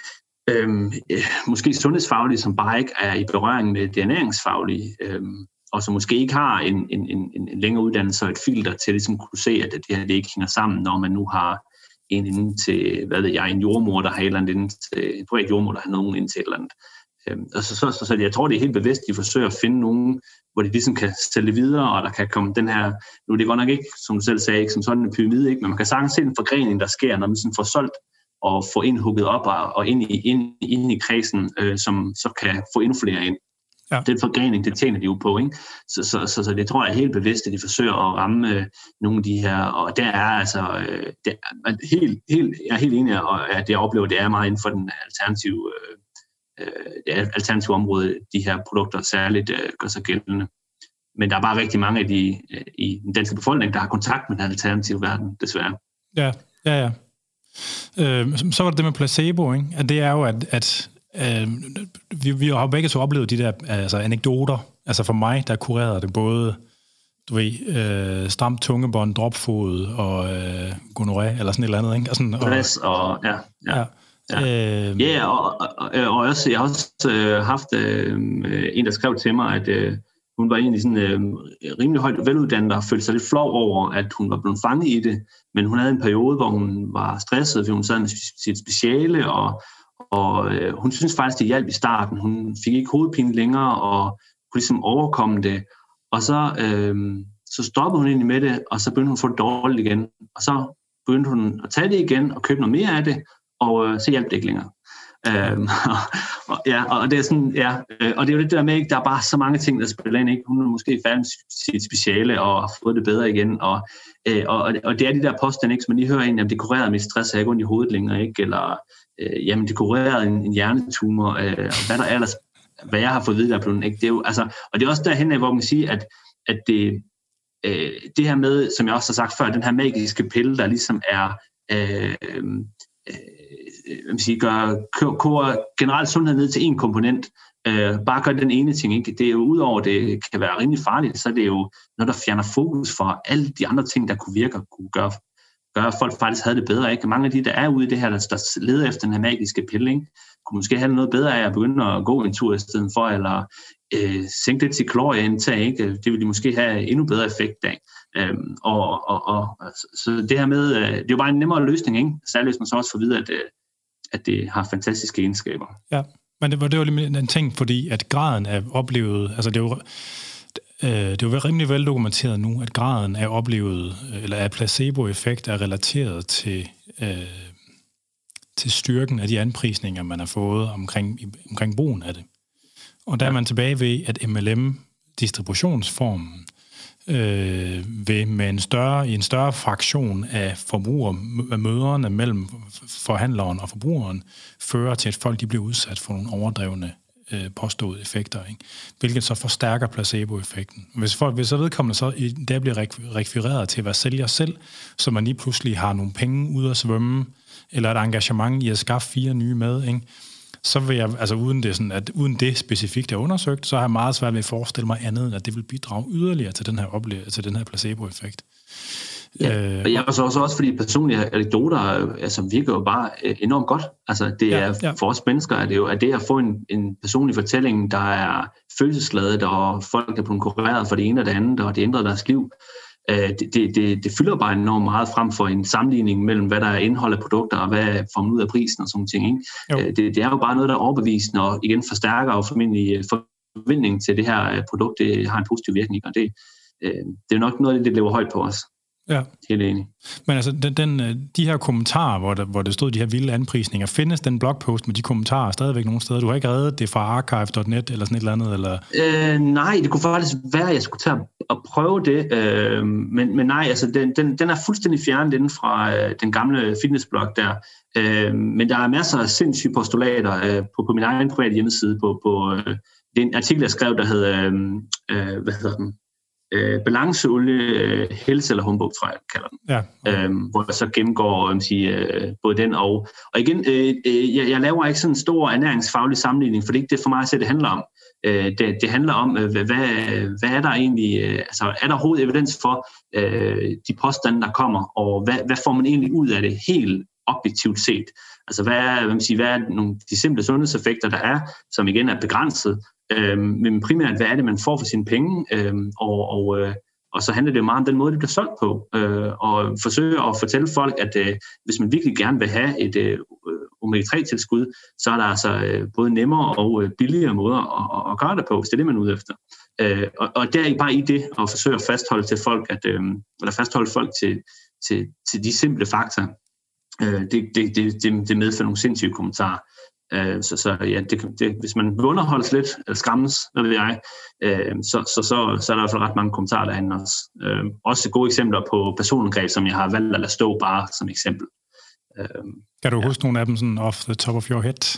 Øhm, øh, måske sundhedsfaglige, som bare ikke er i berøring med det ernæringsfaglige, øhm, og som måske ikke har en, en, en, en længere uddannelse og et filter til ligesom kunne se, at det her det ikke hænger sammen, når man nu har en inden til, hvad ved jeg, en jordmor, der har et eller andet inden til, en privat jordmor, der har nogen inden til et eller andet. Øhm, og så, så, så, så jeg tror, det er helt bevidst, de forsøger at finde nogen, hvor de ligesom kan sælge videre, og der kan komme den her, nu er det godt nok ikke, som du selv sagde, ikke som sådan en pyramide, ikke, men man kan sagtens se en forgrening, der sker, når man sådan får solgt og få indhugget op og, og ind, i, ind, ind i kredsen, øh, som så kan få endnu flere ind. Ja. Den forgrening, det tjener de jo på, ikke? Så, så, så, så det tror jeg er helt bevidst, at de forsøger at ramme øh, nogle af de her, og der er altså, øh, det er, helt, helt, jeg er helt enig, og at det jeg oplever, det er meget inden for den alternative, øh, det alternative område, de her produkter særligt øh, gør sig gældende. Men der er bare rigtig mange af de øh, i den danske befolkning, der har kontakt med den alternative verden, desværre. Ja, ja, ja. Øh, så var det det med placebo, ikke? At det er jo, at, at øh, vi, vi har begge to oplevet de der altså, anekdoter. Altså for mig, der kurerede det både, du ved, øh, stramt tungebånd, dropfod og øh, gonorrhea, eller sådan et eller andet, ikke? Og sådan, og, Stress og, ja, ja. ja. Ja, øh, yeah, og, og, og også, jeg har også øh, haft øh, en, der skrev til mig, at øh, hun var egentlig sådan øh, rimelig højt veluddannet og følte sig lidt flov over, at hun var blevet fanget i det. Men hun havde en periode, hvor hun var stresset, fordi hun sad med sit speciale, og, og øh, hun synes faktisk, det hjalp i starten. Hun fik ikke hovedpine længere, og kunne ligesom overkomme det. Og så, øh, så stoppede hun egentlig med det, og så begyndte hun at få det dårligt igen. Og så begyndte hun at tage det igen og købe noget mere af det, og øh, så hjalp det ikke længere. Øhm, og, og, ja, og det er sådan, ja, øh, og det er jo det der med, ikke, der er bare så mange ting, der spiller ind, ikke? Hun er måske færdig med sit speciale og har fået det bedre igen, og, øh, og, og det er de der påstande, ikke, som man lige hører ind, jamen det kurerede mit stress, og jeg går ind i hovedet længere, ikke, eller øh, jamen det kurerede en, en hjernetumor, øh, og hvad der ellers, hvad jeg har fået videre på den, ikke, det er jo, altså, og det er også derhen af, hvor man kan sige, at, at det, øh, det her med, som jeg også har sagt før, den her magiske pille, der ligesom er øh, øh, øh, sige, gør, kører generelt sundhed ned til én komponent, øh, bare gør den ene ting, ikke? Det er jo, udover det kan være rimelig farligt, så er det jo noget, der fjerner fokus fra alle de andre ting, der kunne virke og kunne gøre, gøre at folk faktisk havde det bedre, ikke? Mange af de, der er ude i det her, der, der leder efter den her magiske pille, ikke? Kunne måske have noget bedre af at begynde at gå en tur i stedet for, eller øh, sænke lidt til kalorieindtag, ikke? Det vil de måske have endnu bedre effekt af. Øhm, og, og, og, så det her med, øh, det er jo bare en nemmere løsning, ikke? Særligt hvis man så også får at vide, at, øh, at det har fantastiske egenskaber. Ja, men det var, det var lige en ting, fordi at graden af oplevet, altså det er jo, øh, det er jo rimelig veldokumenteret nu, at graden af oplevet, eller af placeboeffekt er relateret til, øh, til styrken af de anprisninger, man har fået omkring, omkring brugen af det. Og der er man tilbage ved, at M L M-distributionsformen øh, vil med en større, i en større fraktion af forbrugermøderne mellem forhandleren og forbrugeren føre til, at folk de bliver udsat for nogle overdrevne øh, påståede effekter, ikke? Hvilket så forstærker placeboeffekten. Hvis folk, hvis så vedkommende så i, der bliver rekvireret til at være sælger selv, så man lige pludselig har nogle penge ude at svømme, eller et engagement i at skaffe fire nye med, ikke? Så vil jeg, altså uden det, sådan, at uden det specifikt er undersøgt, så har jeg meget svært ved at forestille mig andet, end at det vil bidrage yderligere til den her, oplevelse, til den her placeboeffekt. Ja, øh, og jeg også, også fordi personlige anekdoter altså, virker jo bare enormt godt. Altså, det er, ja, ja. For os mennesker er det jo at det at få en, en personlig fortælling, der er følelsesladet, og folk er blevet kureret for det ene og det andet, og det ændrer deres liv. Det, det, det, det fylder bare enormt meget frem for en sammenligning mellem, hvad der er indhold af produkter, og hvad får man ud af prisen og sådan ting, ikke? Det, det er jo bare noget, der er overbevisende, og igen forstærker og formentlig forventningen til det her produkt, det har en positiv virkning, og det, det er nok noget af det, det lever højt på os. Ja. Helt enig. Men altså, den, den, de her kommentarer, hvor, der, hvor der stod de her vilde anprisninger, findes den blogpost med de kommentarer stadigvæk nogle steder? Du har ikke reddet det fra archive punktum net eller sådan et eller andet? Eller? Øh, nej, det kunne faktisk være, at jeg skulle tage at prøve det. Øh, men, men nej, altså, den, den, den er fuldstændig fjernet inden fra øh, den gamle fitnessblog der. Øh, men der er masser af sindssyge postulater øh, på, på min egen private hjemmeside. På, på, øh, det er en artikel, jeg skrev, der hedder, øh, hvad hedder den? Øh, balanceolie, helse eller humbug, tror jeg, kalder den. Ja, okay. øhm, hvor jeg så gennemgår jeg sige, øh, både den og... Og igen, øh, øh, jeg, jeg laver ikke sådan en stor ernæringsfaglig sammenligning, for det er ikke det for mig at se, det handler om. Øh, det, det handler om, øh, hvad, hvad er der egentlig... Øh, altså, er der overhovedet evidens for øh, de påstande, der kommer, og hvad, hvad får man egentlig ud af det helt objektivt set? Altså, hvad er, hvad man siger, hvad er nogle de simple sundhedseffekter, der er, som igen er begrænset, Øhm, men primært, hvad er det, man får for sine penge, øhm, og, og, øh, og så handler det jo meget om den måde, det bliver solgt på, øh, og forsøge at fortælle folk, at øh, hvis man virkelig gerne vil have et øh, omega tre tilskud, så er der altså øh, både nemmere og øh, billigere måder at, at gøre det på, hvis det er det, man er ude efter. Øh, og, og der er bare i det at forsøge at fastholde til folk, at, øh, eller fastholde folk til, til, til de simple fakta, øh, det, det, det, det medfører nogle sindssyge kommentarer. Så, så ja, det, det, hvis man vil underholdes lidt, eller skræmmes, hvad ved jeg, øh, så, så, så, så er der i hvert fald ret mange kommentarer derinde også. Øh, også gode eksempler på personangreb, som jeg har valgt at lade stå bare som eksempel. Øh, kan du ja. huske nogle af dem sådan off the top of your head?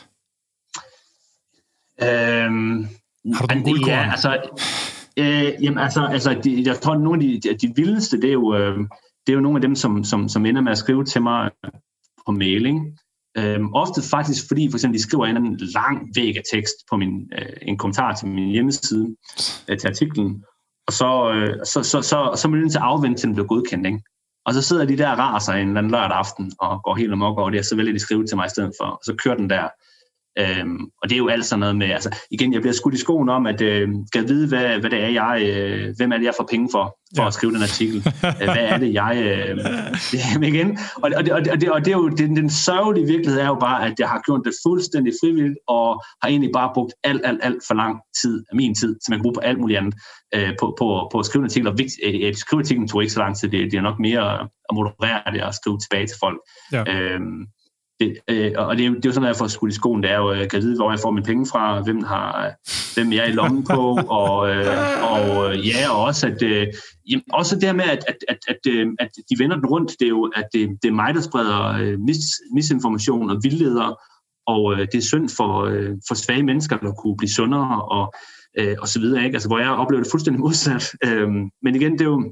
Øh, har du den guldkorn? Ja, altså, øh, jamen, altså, altså de, jeg tror, at nogle af de, de, de vildeste, det er jo, øh, det er jo nogle af dem, som, som, som ender med at skrive til mig på mailing. Øhm, ofte faktisk, fordi for eksempel de skriver en, en lang væg af tekst på min, øh, en kommentar til min hjemmeside, øh, til artiklen, og så, øh, så, så, så, så er man nødt til at afvente, til den bliver godkendt, ikke? Og så sidder de der og raser en eller anden lørdag aften og går helt amok over det, og så vælger de skrive til mig i stedet for, og så kører den der. Øhm, og det er jo alt sådan noget med, altså igen, jeg bliver skudt i skoen om, at øh, skal vide, hvad, hvad det er, jeg, øh, hvem er det, jeg får penge for, for ja. at skrive den artikel. Hvad er det, jeg... Øh, det, igen, og, og, det, og, det, og det er jo, den, den sørgelige virkelighed er jo bare, at jeg har gjort det fuldstændig frivilligt, og har egentlig bare brugt alt, alt, alt for lang tid af min tid, som jeg kan bruge på alt muligt andet, øh, på, på, på at skrive en artikel. Og øh, skrive artiklen tog ikke så lang tid, det, det er nok mere at moderere det og skrive tilbage til folk. Ja. Øhm, Det, øh, og det er, det er jo sådan, at jeg får skudt i skoen, det er jo, at jeg kan vide, hvor jeg får mine penge fra, hvem, har, hvem jeg er i lommen på, og, øh, og ja, og også, at, øh, jamen, også det her med, at, at, at, at, at de vender den rundt, det er jo, at det, det er mig, der spreder mis, misinformation og vildleder, og øh, det er synd for, øh, for svage mennesker, der kunne blive sundere, og, øh, og så videre, ikke? Altså, hvor jeg oplever det fuldstændig modsat. Øh, men igen, det er jo,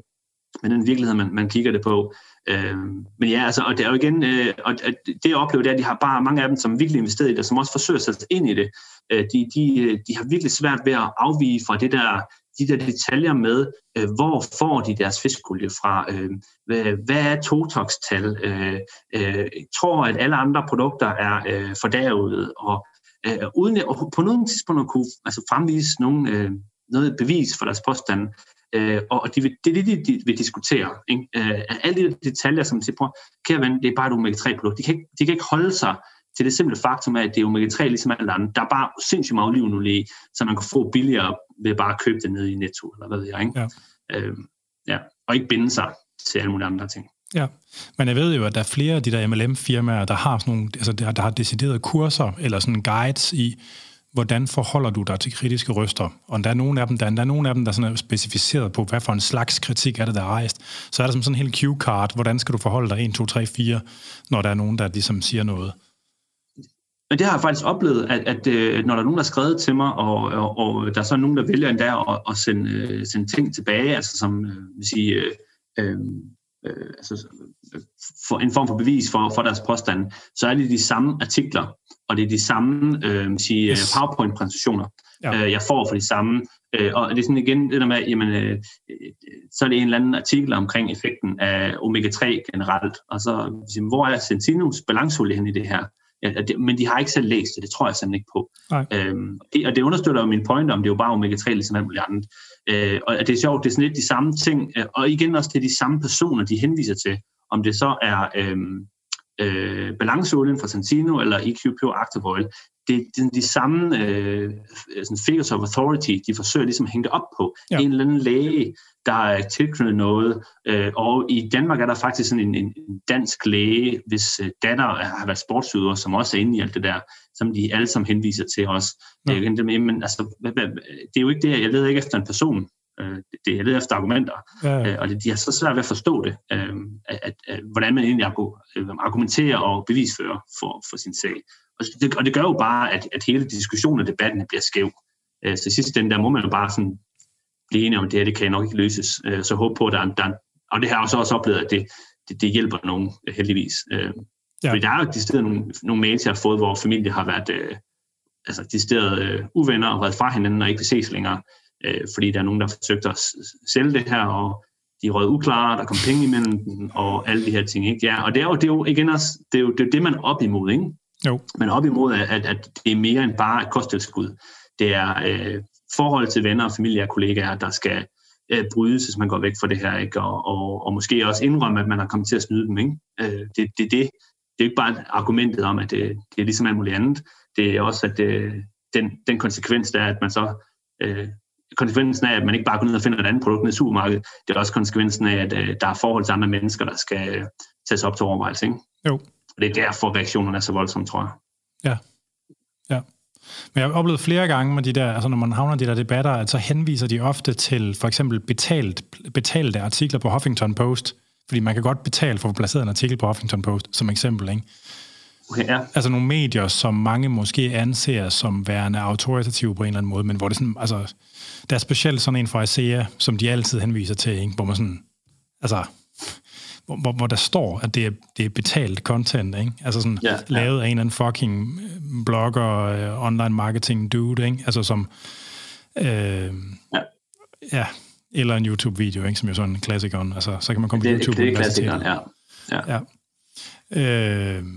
med den virkelighed, man, man kigger det på. Øh, men ja, altså, og det er jo igen, øh, og det jeg oplever, det er, at de har bare mange af dem, som virkelig investeret i det, som også forsøger at sætte sig ind i det. Øh, de, de, de har virkelig svært ved at afvige fra det der, de der detaljer med, øh, hvor får de deres fiskolie fra, øh, hvad, hvad er Totox-tal, øh, øh, tror, at alle andre produkter er øh, fordærvede, og øh, uden og på noget tidspunkt at kunne altså, fremvise nogen, øh, noget bevis for deres påstand. Øh, og de vil, det er det, de vil diskutere. Ikke? Øh, alle de detaljer, som de siger, prøv, kære ven, det er bare et omega tre produkt. De kan, ikke, de kan ikke holde sig til det simple faktum af, at det er omega tre ligesom alt andet. Der er bare sindssygt meget olivenolie i, så man kan få billigere ved bare at købe det nede i Netto, eller hvad ved jeg. Ikke? Ja. Øh, ja. Og ikke binde sig til alle mulige andre ting. Ja, men jeg ved jo, at der er flere af de der M L M-firmaer, der har sådan nogle, altså der, der har deciderede kurser, eller sådan guides i, hvordan forholder du dig til kritiske røster? Og der er nogle af dem, der, der er nogle af dem, der sådan er specificeret på, hvad for en slags kritik er det, der er rejst. Så er der som sådan en hel cue-card, hvordan skal du forholde dig et, to, tre, fire, når der er nogen, der ligesom siger noget. Men det har jeg faktisk oplevet, at, at, at når der er nogen, der har skrevet til mig, og, og, og der er så nogen, der vælger endda at, at sende, sende ting tilbage, altså som vil sige, øh, øh, øh, altså, for en form for bevis for, for deres påstand, så er det de samme artikler, og det er de samme øh, sige, yes. PowerPoint-præsentationer, ja. øh, jeg får for de samme. Øh, og det er sådan igen det der med, jamen, øh, så er det en eller anden artikel omkring effekten af omega tre generelt, og så sige, hvor er Sentinus balanceolie hen i det her? Ja, det, men de har ikke selv læst det, det tror jeg simpelthen ikke på. Øhm, det, og det understøtter jo min pointe om, det er jo bare omega tre ligesom alt muligt andet. Øh, og det er sjovt, det er sådan lidt de samme ting, øh, og igen også det er de samme personer, de henviser til, om det så er øh, øh, balanceolien fra Santino eller E Q Pure Active Oil. Det, det er de samme øh, sådan figures of authority, de forsøger ligesom at hænge det op på. Ja. En eller anden læge, der er tilknyttet noget, øh, og i Danmark er der faktisk sådan en, en dansk læge, hvis øh, datter har været sportsudøver, som også er inde i alt det der, som de alle sammen henviser til os. Ja. Øh, men altså, det er jo ikke det, jeg leder ikke efter en person, øh, det jeg leder efter argumenter, ja. øh, og det, de har så svært ved at forstå det, øh, at, at, at, hvordan man egentlig argumenterer og bevisfører for, for sin sag. Og det, og det gør jo bare, at, at hele diskussionen og debatten bliver skæv. Øh, så sidst den der må man jo bare sådan blive enige om, at det her, det kan nok ikke løses. Øh, så håb på, at der er, der er, og det har jeg også, også oplevet, at det, det, det hjælper nogen, heldigvis. Øh, ja. Fordi der er jo decideret nogle, nogle mails, jeg har fået, hvor familie har været øh, altså decideret øh, uvenner og været fra hinanden og ikke vil ses længere, øh, fordi der er nogen, der har forsøgt at sælge det her, og de er røget uklare, der kom penge imellem dem, og alle de her ting. Ikke? Ja, og det er jo, det er jo igen også, det er jo det, er det man er op imod, ikke? Jo. Men op imod, at, at det er mere end bare et kosttilskud. Det er øh, forhold til venner og familie og kollegaer, der skal øh, brydes, hvis man går væk fra det her, ikke? Og, og, og måske også indrømme, at man har kommet til at snyde dem. Ikke? Øh, det, det, det, det er ikke bare argumentet om, at det, det er ligesom alt muligt andet. Det er også, at det, den, den konsekvens, der er, at man så... Øh, konsekvensen af, at man ikke bare går ned og finder et andet produkt ned i supermarkedet, det er også konsekvensen af, at øh, der er forhold til andre mennesker, der skal øh, tages op til overvejelse. Ikke? Jo. Og det er derfor, reaktionerne er så voldsomme, tror jeg. Ja. Ja. Men jeg har oplevet flere gange med de der, altså når man havner i de der debatter, at så henviser de ofte til for eksempel betalt, betalte artikler på Huffington Post, fordi man kan godt betale for at få placeret en artikel på Huffington Post, som eksempel, ikke? Okay, ja. Altså nogle medier, som mange måske anser som værende autoritative på en eller anden måde, men hvor det sådan, altså, der er specielt sådan en fra ASEA, som de altid henviser til, ikke? Hvor man sådan, altså, hvor, hvor, hvor der står, at det er, det er betalt content, ikke? Altså sådan, ja, ja. Lavet af en eller anden fucking blogger, uh, online marketing dude, ikke? Altså som, øh, ja. ja, eller en YouTube-video, ikke? Som jo sådan en klassikeren, altså, så kan man komme på YouTube. Det er klassikeren, ja. Ja. ja. Øh,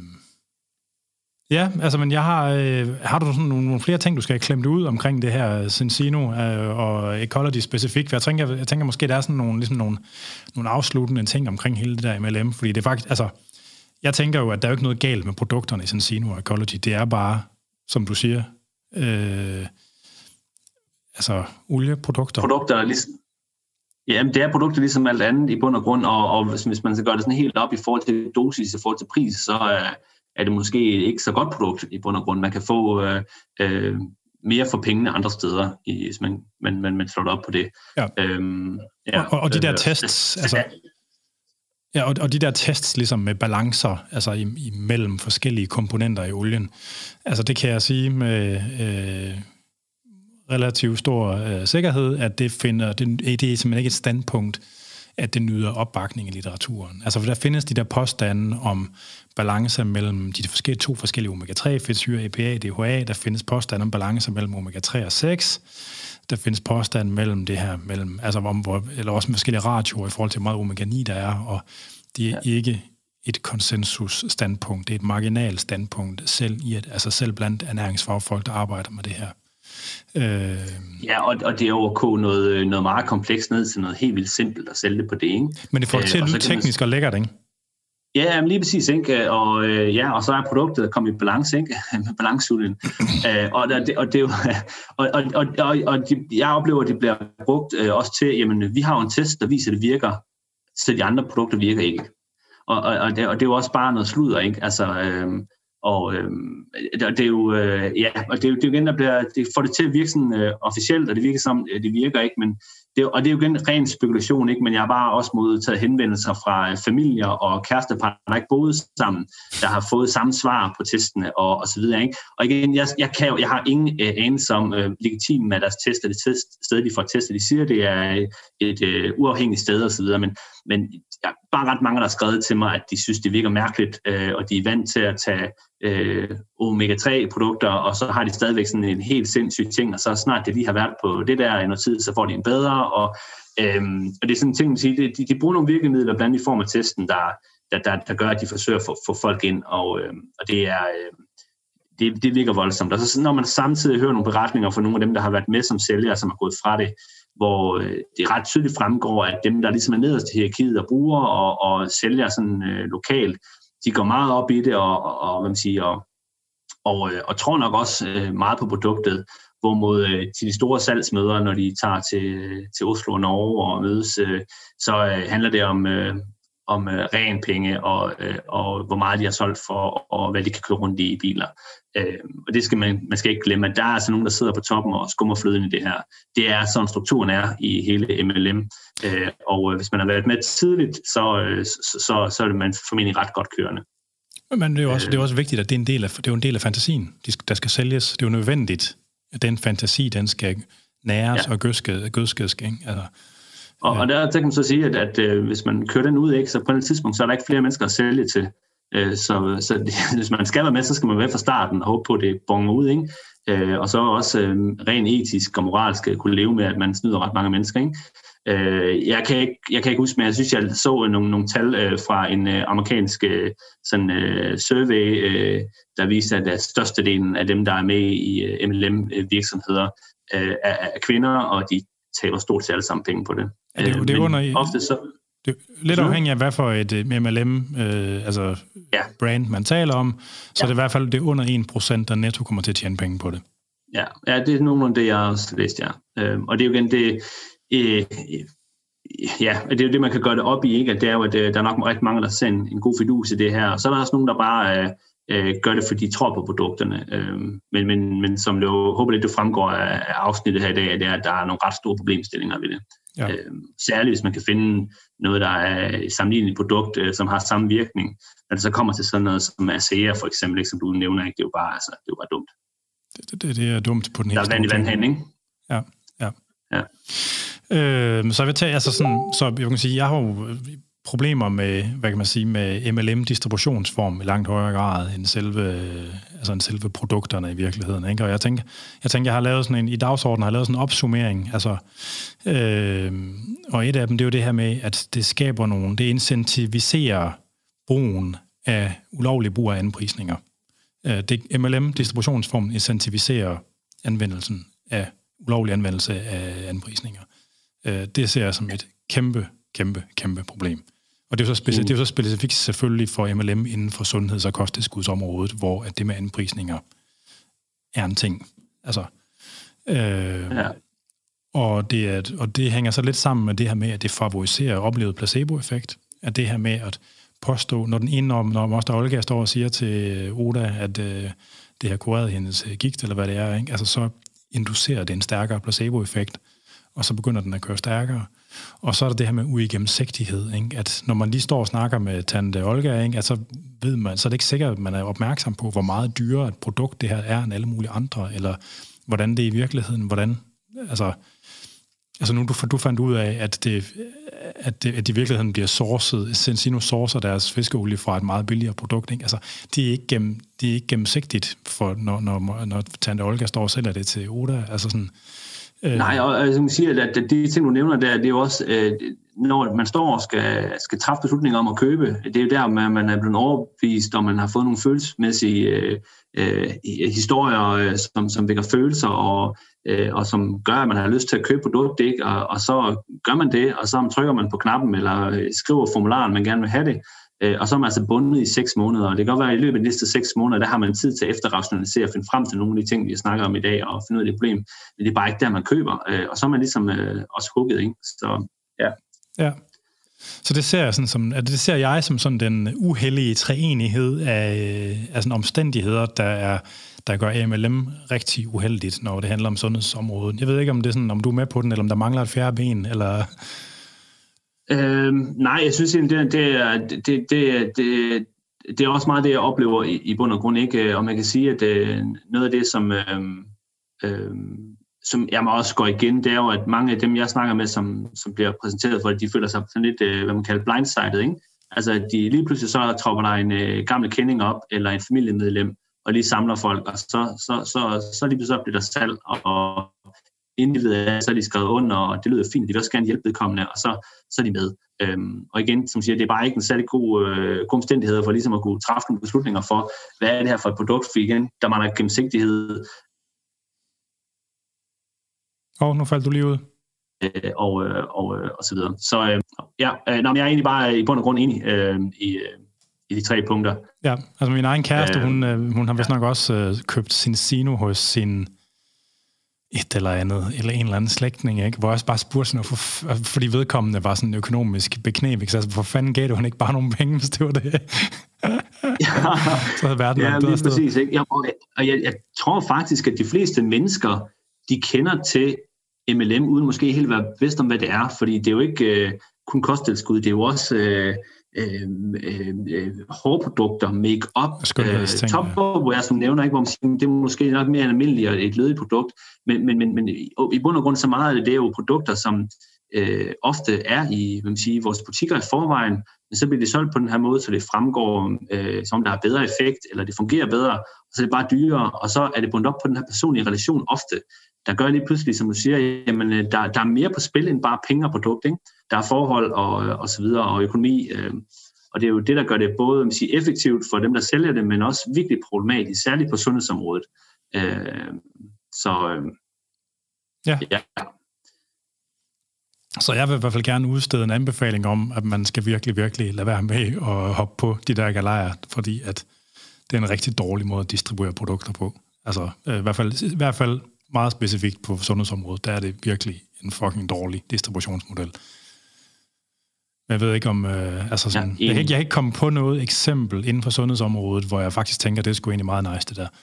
Ja, altså, men jeg har, øh, har du sådan nogle, nogle flere ting, du skal klemme ud omkring det her Sensino øh, og Ecology specifikt? Jeg tænker, jeg tænker måske, der er sådan nogle, ligesom nogle, nogle afsluttende ting omkring hele det der M L M, fordi det er faktisk, altså, jeg tænker jo, at der er jo ikke noget galt med produkterne i Sensino og Ecology. Det er bare, som du siger, øh, altså olieprodukter. Produkter er ligesom, jamen, det er produkter ligesom alt andet i bund og grund, og, og hvis, hvis man så gør det sådan helt op i forhold til dosis, i forhold til pris, så er øh, er det måske ikke så godt produkt i bund og grund. Man kan få øh, øh, mere for pengene andre steder, i, hvis man, man, man, man slår det op på det. Ja. Øhm, ja. Og, og de der tests, altså, ja, og, og de der tests ligesom med balancer, altså imellem forskellige komponenter i olien, altså det kan jeg sige med øh, relativt stor øh, sikkerhed, at det finder, det, det er simpelthen ikke et standpunkt, at det nyder opbakning i litteraturen. Altså, for der findes de der påstande om balancer mellem de forskellige, to forskellige omega tre fedtsyre, E P A, D H A. Der findes påstande om balancer mellem omega tre og seks. Der findes påstande mellem det her, mellem, altså om, hvor, eller også med forskellige ratioer i forhold til, hvor meget omega ni der er, og det er ja. ikke et konsensusstandpunkt, det er et marginalt standpunkt, selv, i et, altså selv blandt ernæringsfagfolk, der arbejder med det her. Øh... Ja, og, og det er jo at koge noget, noget meget komplekst ned til noget helt vildt simpelt og sælge det på det, ikke? Men det får det til at lyde teknisk man... og lækkert, ikke? Ja, lige præcis, ikke? Og, øh, ja, og så er produktet kommet i balance, ikke? Med balancesulien. øh, og, det, og, det er jo, og, og, og, og, og de, jeg oplever, at det bliver brugt øh, også til, jamen, vi har jo en test, der viser, at det virker, så de andre produkter virker ikke. Og, og, og, det, og det er jo også bare noget sludder, ikke? Altså, øh, og øh, det er jo, øh, ja, og det er jo, det er jo igen, der bliver, det får det til at virke sådan øh, officielt, og det virker som, det virker ikke, men det, og det er jo igen ren spekulation, ikke? Men jeg har bare også modtaget henvendelser fra familier og kærestepar, der ikke boet sammen, der har fået samme svar på testene og, og så videre, ikke? Og igen, jeg, jeg, kan jo, jeg har ingen øh, anelse om øh, legitimen af deres test, det test, sted, de får testet. De siger, det er et øh, uafhængigt sted og så videre, men, men ja, bare ret mange, der har skrevet til mig, at de synes, det virker mærkeligt, øh, og de er vant til at tage øh, omega tre produkter, og så har de stadigvæk sådan en helt sindssyg ting, og så snart det lige har været på det der i noget tid, så får de en bedre, og, øhm, og det er sådan en ting, man siger, de, de bruger nogle virkemidler, blandt andet i form af testen, der, der, der, der gør, at de forsøger at få, få folk ind, og, øhm, og det er øhm, det, det virker voldsomt. Og så når man samtidig hører nogle beretninger fra nogle af dem, der har været med som sælgere, som har gået fra det, hvor øh, det ret tydeligt fremgår, at dem, der ligesom er nederst i hierarkiet og bruger og, og sælger sådan øh, lokalt, de går meget op i det, og, og, og hvad man siger, og, og, øh, og tror nok også øh, meget på produktet, hvorimod øh, til de store salgsmøder, når de tager til, til Oslo og Norge og mødes, øh, så øh, handler det om, øh, om øh, ren penge, og, øh, og hvor meget de har solgt for, og hvad de kan køre rundt i biler. Øh, og det skal man, man skal ikke glemme, at der er altså nogen, der sidder på toppen og skummer fløden i det her. Det er sådan, strukturen er i hele M L M. Øh, og øh, hvis man har været med tidligt, så, øh, så, så, så er det man formentlig ret godt kørende. Men det er jo også, det er også vigtigt, at det er en del af, det er jo en del af fantasien, der skal sælges. Det er jo nødvendigt, at den fantasi, den skal næres ja. og gødskes, gødskes, ikke? Altså, og, ja. og der kan man så sige, at, at, at hvis man kører den ud, ikke, så på et tidspunkt, så er der ikke flere mennesker at sælge til. Så, så det, hvis man skal være med, så skal man være fra starten og håbe på, at det bonger ud, ikke? Øh, og så også øh, rent etisk og moralsk kunne leve med, at man snyder ret mange mennesker, ikke? Øh, jeg, kan ikke, jeg kan ikke huske, men jeg synes, jeg så nogle, nogle tal øh, fra en øh, amerikansk øh, sådan, øh, survey, øh, der viser, at størstedelen af dem, der er med i øh, M L M-virksomheder, øh, er, er kvinder, og de taber stort set alle sammen penge på det. Ja, det, det er under i... Ofte så... Det er lidt afhængig af, hvad for et M L M, øh, altså ja. brand, man taler om, så ja. det er i hvert fald det er under en procent, der netto kommer til at tjene penge på det. Ja, ja det er nogenlunde det, jeg har også læst, ja. Øh, og det er jo igen det, øh, ja, det er jo det, man kan gøre det op i, ikke? At det er jo, at der er nok rigtig mange, der ser en, en god fidus i det her, og så er der også nogen, der bare øh, gør det, fordi de tror på produkterne. Øh, men, men, men som det jo, håber lidt, det fremgår af afsnittet her i dag, det er, at der er nogle ret store problemstillinger ved det. Ja. Øh, særligt hvis man kan finde noget, der er et sammenligneligt produkt, øh, som har samme virkning. Når det så kommer til sådan noget som Acea for eksempel, ikke, som du nævner, ikke, det er jo bare, altså, det er jo bare dumt. Det, det, det er dumt på den hele store ting. Der er vand i vandhænden, ikke? Ja, ja. ja. Øh, så jeg vil tage, altså sådan, så jeg kan sige, jeg har jo problemer med, hvad kan man sige, med M L M-distributionsform i langt højere grad end selve, altså end selve produkterne i virkeligheden, ikke? Og jeg tænker, jeg tænker, jeg har lavet sådan en, i dagsordenen har jeg lavet sådan en opsummering, altså, øh, og et af dem, det er jo det her med, at det skaber nogle, det incentiviserer brugen af ulovlig brug af anprisninger. Øh, det, M L M-distributionsform incentiviserer anvendelsen af ulovlig anvendelse af anprisninger. Øh, det ser jeg som et kæmpe, kæmpe, kæmpe problem. Og det er jo så, speci- mm. det er jo så specifikt selvfølgelig for M L M inden for sundheds- og kosttilskudsområdet, hvor at det med anprisninger er en ting. Altså, øh, ja. og, det er, og det hænger så lidt sammen med det her med, at det favoriserer oplevet placeboeffekt. At det her med at påstå, når den ene, når, når Moster Olga står og siger til Oda, at øh, det har kureret hendes gigt, eller hvad det er, ikke? Altså så inducerer det en stærkere placeboeffekt, og så begynder den at køre stærkere. Og så er der det her med uigennemsigtighed, ikke? At når man lige står og snakker med tante Olga, ikke? At så ved man, så er det ikke sikkert, at man er opmærksom på, hvor meget dyrere et produkt det her er end alle mulige andre, eller hvordan det er i virkeligheden, hvordan, altså, Altså nu du, du fandt ud af, at, det, at, det, at de i virkeligheden bliver sourcet, Sensino sourcer deres fiskeolie fra et meget billigere produkt, ikke? Altså, de er ikke, gennem, de er ikke gennemsigtigt, for, når, når, når Tante Olga står og sælger det til Oda. Altså sådan, øh... Nej, og som siger, at de ting, du nævner der, det er jo også, øh, når man står og skal, skal træffe beslutninger om at købe, det er jo der, man, man er blevet overbevist, og man har fået nogle følelsesmæssige øh, øh, historier, øh, som, som vækker følelser, og Øh, og som gør, at man har lyst til at købe produktet, ikke? Og, og så gør man det, og så trykker man på knappen, eller øh, skriver formularen, man gerne vil have det, øh, og så er man altså bundet i seks måneder, og det kan godt være, at i løbet af de næste seks måneder, der har man tid til at efterrationalisere og finde frem til nogle af de ting, vi har snakket om i dag, og finde ud af det problem, men det er bare ikke der, man køber, øh, og så er man ligesom øh, også hugget, ikke? Så ja. Ja. Så det ser jeg sådan som, det ser jeg som sådan den uheldige treenighed af, af sådan omstændigheder, der er der gør A M L M rigtig uheldigt, når det handler om sundhedsområdet. Jeg ved ikke, om det er sådan, om du er med på den, eller om der mangler et fjerde ben, eller... Øhm, nej, jeg synes egentlig, det, det, er, det, det, det, det er også meget det, jeg oplever i, i bund og grund, ikke? Og man kan sige, at øh, noget af det, som, øh, øh, som jeg også går igen, det er jo, at mange af dem, jeg snakker med, som, som bliver præsenteret for, de føler sig sådan lidt, øh, hvad man kalder blindsided, ikke? Altså, at de lige pludselig så tropper der en øh, gammel kending op, eller en familiemedlem, og lige samler folk, og så, så, så, så lige så bliver der salg, og inden de ved af, så er de skrevet under, og det lyder fint, de vil også gerne hjælpe vedkommende, og så, så er de med. Øhm, og igen, som siger, det er bare ikke en særlig god, øh, god omstændighed for ligesom at kunne træffe nogle beslutninger for, hvad er det her for et produkt, for igen, der mangler gennemsigtighed. Åh, oh, nu faldt du lige ud. Øh, og, øh, og, øh, og så videre. Så øh, ja, øh, nej, men jeg er egentlig bare i bund og grund enig øh, i øh, i de tre punkter. Ja, altså min egen kæreste, øh, hun, hun har vist nok også øh, købt sin Sino hos sin et eller andet, eller en eller anden slægtning, ikke? Hvor jeg også bare spurgte sådan, for, fordi vedkommende var sådan økonomisk beknep, ikke? Så altså, hvor fanden gav du han ikke bare nogle penge, hvis det var det? Ja, så havde verden ja, lige præcis, ikke? Jeg, og jeg, jeg tror faktisk, at de fleste mennesker, de kender til M L M, uden måske helt være bevidst om, hvad det er, fordi det er jo ikke øh, kun kosttilskud, det er jo også øh, øh, øh, hårprodukter, make-up, øh, topwear, som nævner, ikke, hvor man siger, det er måske nok mere almindeligt og et lødigt produkt, men, men, men, men i bund og grund så meget af det, det er jo produkter, som øh, ofte er i hvad man siger, vores butikker i forvejen, men så bliver det solgt på den her måde, så det fremgår, øh, som der er bedre effekt, eller det fungerer bedre, og så er det bare dyrere, og så er det bundet op på den her personlige relation ofte, der gør lige pludselig, som du siger, jamen, der, der er mere på spil end bare penge og produkt, ikke? Der er forhold og, og så videre, og økonomi, øh, og det er jo det, der gør det både man siger, effektivt for dem, der sælger det, men også virkelig problematisk, særligt på sundhedsområdet. Øh, så øh, ja. ja. Så jeg vil i hvert fald gerne udstede en anbefaling om, at man skal virkelig, virkelig lade være med og hoppe på de der galejer, fordi at det er en rigtig dårlig måde at distribuere produkter på. Altså øh, i hvert fald, i hvert fald meget specifikt på sundhedsområdet, der er det virkelig en fucking dårlig distributionsmodel. Men jeg ved ikke om... Øh, altså sådan, ja, jeg, kan ikke, jeg kan ikke komme på noget eksempel inden for sundhedsområdet, hvor jeg faktisk tænker, at det skulle egentlig meget nice, det der.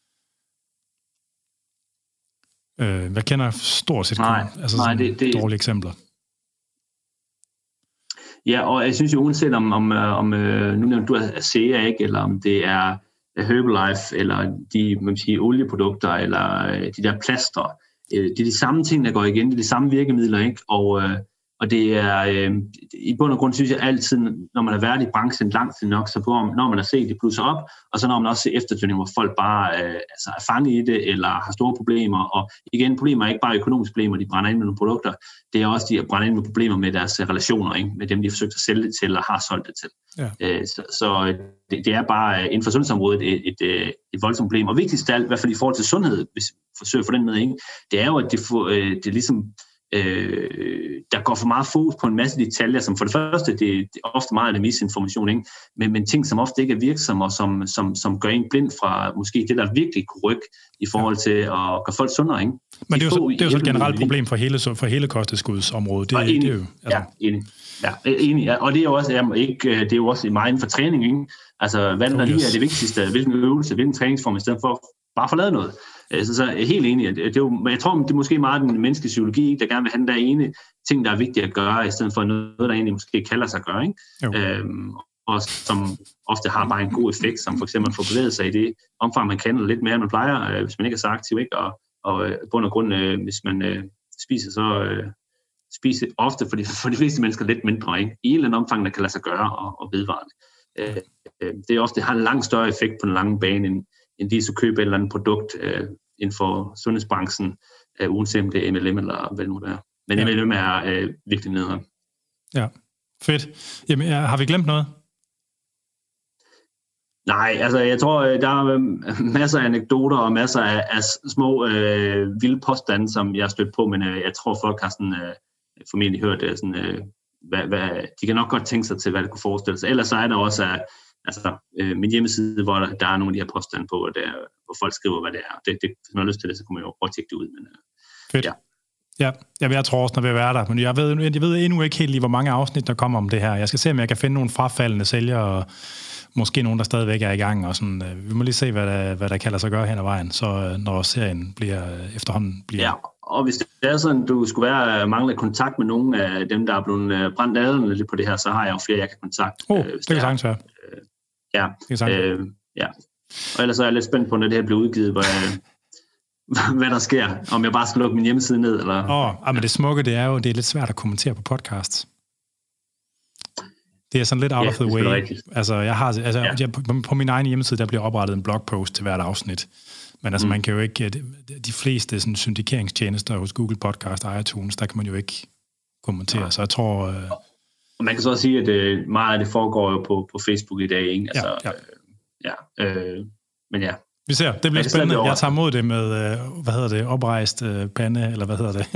Øh, jeg kender stort set nej, kun altså nej, sådan det, det, dårlige eksempler. Ja, og jeg synes jo uanset om, om, om nu nævner du Asea, ikke, eller om det er Herbalife, eller de man siger, olieprodukter, eller de der plaster. Det er de samme ting, der går igen. Det er de samme virkemidler, ikke? Og, og det er, i bund og grund synes jeg altid, når man har været i branchen lang tid nok, så på, når man har set det plusser op, og så når man også ser eftertøjning, hvor folk bare altså, er fanget i det, eller har store problemer. Og igen, problemer er ikke bare økonomiske problemer, de brænder ind med nogle produkter. Det er også, de brænder ind med problemer med deres relationer, ikke? Med dem, de har forsøgt at sælge det til, eller har solgt det til. Ja. Så, så det, det er bare inden for sundhedsområdet et, et, et voldsomt problem. Og vigtigst af alt, i hvert fald i forhold til sundhed, hvis vi forsøger at få den med, ikke? Det er jo, at det, får, det er ligesom Øh, der går for meget fokus på en masse detaljer, som for det første, det, det er ofte meget af misinformation, ikke? Men, men ting, som ofte ikke er virksomme, og som, som, som gør en blind fra måske det, der virkelig kunne rykke i forhold til at gøre folk sundere, ikke? Men det er jo så, det er jo så et generelt problem for hele, for hele kosttilskudsområdet. Det, det er jo, altså. Ja, enig. Ja, enig. Ja, og det er jo også, ja, ikke, det er jo også meget inden for træning, ikke? Altså, hvad der lige er det vigtigste, hvilken øvelse, hvilken træningsform, i stedet for bare at forlade noget. Så, så er jeg helt enig. Det er jo, jeg tror, det er måske meget den menneskelige psykologi, der gerne vil have den der ene ting, der er vigtigt at gøre, i stedet for noget, der egentlig måske kalder sig at gøre, ikke? Øhm, og som ofte har bare en god effekt, som for eksempel at få bevæget sig i det omfang, man kan, lidt mere, end man plejer, øh, hvis man ikke er så aktiv, ikke? Og, og øh, bund og grund, øh, hvis man øh, spiser så, øh, spise ofte for de, for de fleste mennesker lidt mindre, ikke? I en eller anden omfang, der kan lade sig gøre og, og vedvare det. Øh, øh, det er også, det har en langt større effekt på den lange bane, end, end de så købe et eller andet produkt øh, inden for sundhedsbranchen, øh, uanset om det er M L M eller hvad nu det er. Men ja. M L M er øh, virkelig nederen. Ja, fedt. Jamen, har vi glemt noget? Nej, altså jeg tror, der er masser af anekdoter og masser af, af små øh, vilde påstande, som jeg har stødt på, men øh, jeg tror, folk har sådan, øh, formentlig hørt det. Sådan, øh, hvad, hvad, de kan nok godt tænke sig til, hvad det kunne forestille sig. Ellers så er der også øh, altså, øh, min hjemmeside, hvor der, der er nogle af de her påstande på, der, hvor folk skriver, hvad det er. Det, det, hvis man har lyst til det, så kunne man jo prøve at tjekke det ud. Men, øh, fedt. Ja. Ja, jeg, jeg tror også, når vi er der, men jeg ved, jeg ved endnu ikke helt lige, hvor mange afsnit, der kommer om det her. Jeg skal se, om jeg kan finde nogle frafaldende sælgere, og måske nogen, der stadigvæk er i gang. Og sådan, vi må lige se, hvad der, hvad der kalder sig gøre hen ad vejen, så når serien bliver, efterhånden bliver... Ja, og hvis det er sådan, du skulle være mangle kontakt med nogle af dem, der er blevet brændt aderne lidt på det her, så har jeg jo flere, jeg kan kontakte. Åh, oh, det kan sagtens være. Øh, ja, det kan øh, ja. Og ellers er jeg lidt spændt på, når det her bliver udgivet, hvor jeg... hvad der sker, om jeg bare skal lukke min hjemmeside ned, eller... Åh, oh, men det smukke, det er jo, det er lidt svært at kommentere på podcasts. Det er sådan lidt out ja, of the way. Altså, jeg har, altså, ja. jeg, på, på min egen hjemmeside, der bliver oprettet en blogpost til hvert afsnit. Men altså, mm. man kan jo ikke... De, de fleste sådan, syndikeringstjenester hos Google Podcast og iTunes, der kan man jo ikke kommentere. Ja. Så jeg tror... Øh... Og man kan så også sige, at øh, meget af det foregår jo på, på Facebook i dag, ikke? Altså, ja, ja. Øh, ja øh, men ja... Vi ser, det bliver spændende. Jeg tager mod det med, hvad hedder det, oprejst pande, eller hvad hedder det?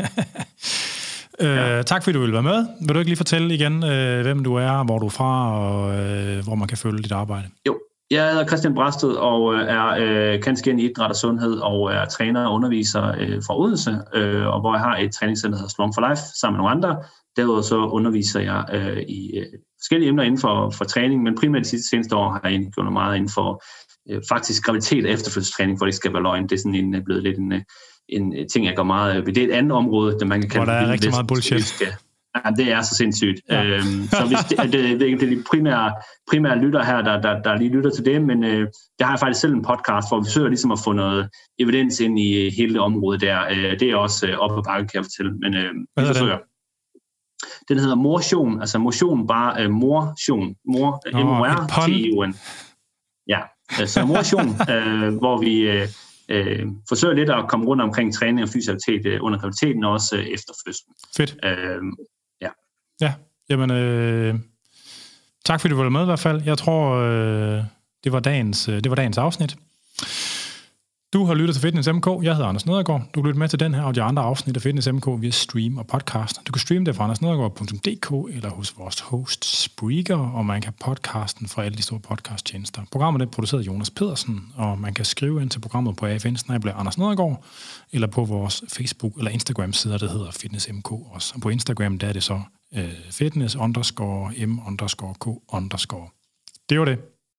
ja. øh, tak fordi du ville være med. Vil du ikke lige fortælle igen, øh, hvem du er, hvor du er fra, og øh, hvor man kan følge dit arbejde? Jo, jeg hedder Christian Brasted, og er øh, kanskende i idræt og sundhed, og er træner og underviser øh, fra Odense, øh, og hvor jeg har et træningscenter, der hedder Strong for Life, sammen med nogle andre. Derudover så underviser jeg øh, i øh, forskellige emner inden for, for træning, men primært de sidste seneste år har jeg gjort meget inden for faktisk graviditet og efterfødselstræning, hvor det ikke skal være løgn. Det er sådan en, blevet lidt en, en ting, jeg går meget ved. Det er et andet område, der man kan kalde... Hvor der er rigtig meget bullshit. Ja, det er så sindssygt. Ja. Øhm, så hvis det, det, det, det er de primære, primære lytter her, der, der, der lige lytter til det, men øh, der har jeg faktisk selv en podcast, hvor vi forsøger ligesom at få noget evidens ind i hele det område der. Øh, det er også øh, oppe på bakken, kan jeg fortælle. Men øh, vi forsøger. Den hedder Motion, altså motion, bare øh, motion. Mor, M O R T I O N. Ja. Så motion, øh, hvor vi øh, øh, forsøger lidt at komme rundt omkring træning og fysioterapi øh, under graviditeten og også øh, efter fødslen. Fedt. Øh, ja. Ja, jamen øh, tak fordi du var med i hvert fald. Jeg tror, øh, det, var dagens, øh, det var dagens afsnit. Du har lyttet til Fitness M K. Jeg hedder Anders Nedergaard. Du kan lytte med til den her og de andre afsnit af Fitness M K via stream og podcast. Du kan streame det fra andersnedergaard punktum d k eller hos vores host Spreaker, og man kan podcasten fra alle de store podcasttjenester. Programmet er produceret af Jonas Pedersen, og man kan skrive ind til programmet på A F N snabel-a Anders Nedergaard, eller på vores Facebook- eller Instagram-sider, der hedder Fitness M K også. Og på Instagram, der er det så uh, fitness underscore m underscore k underscore. Det var det.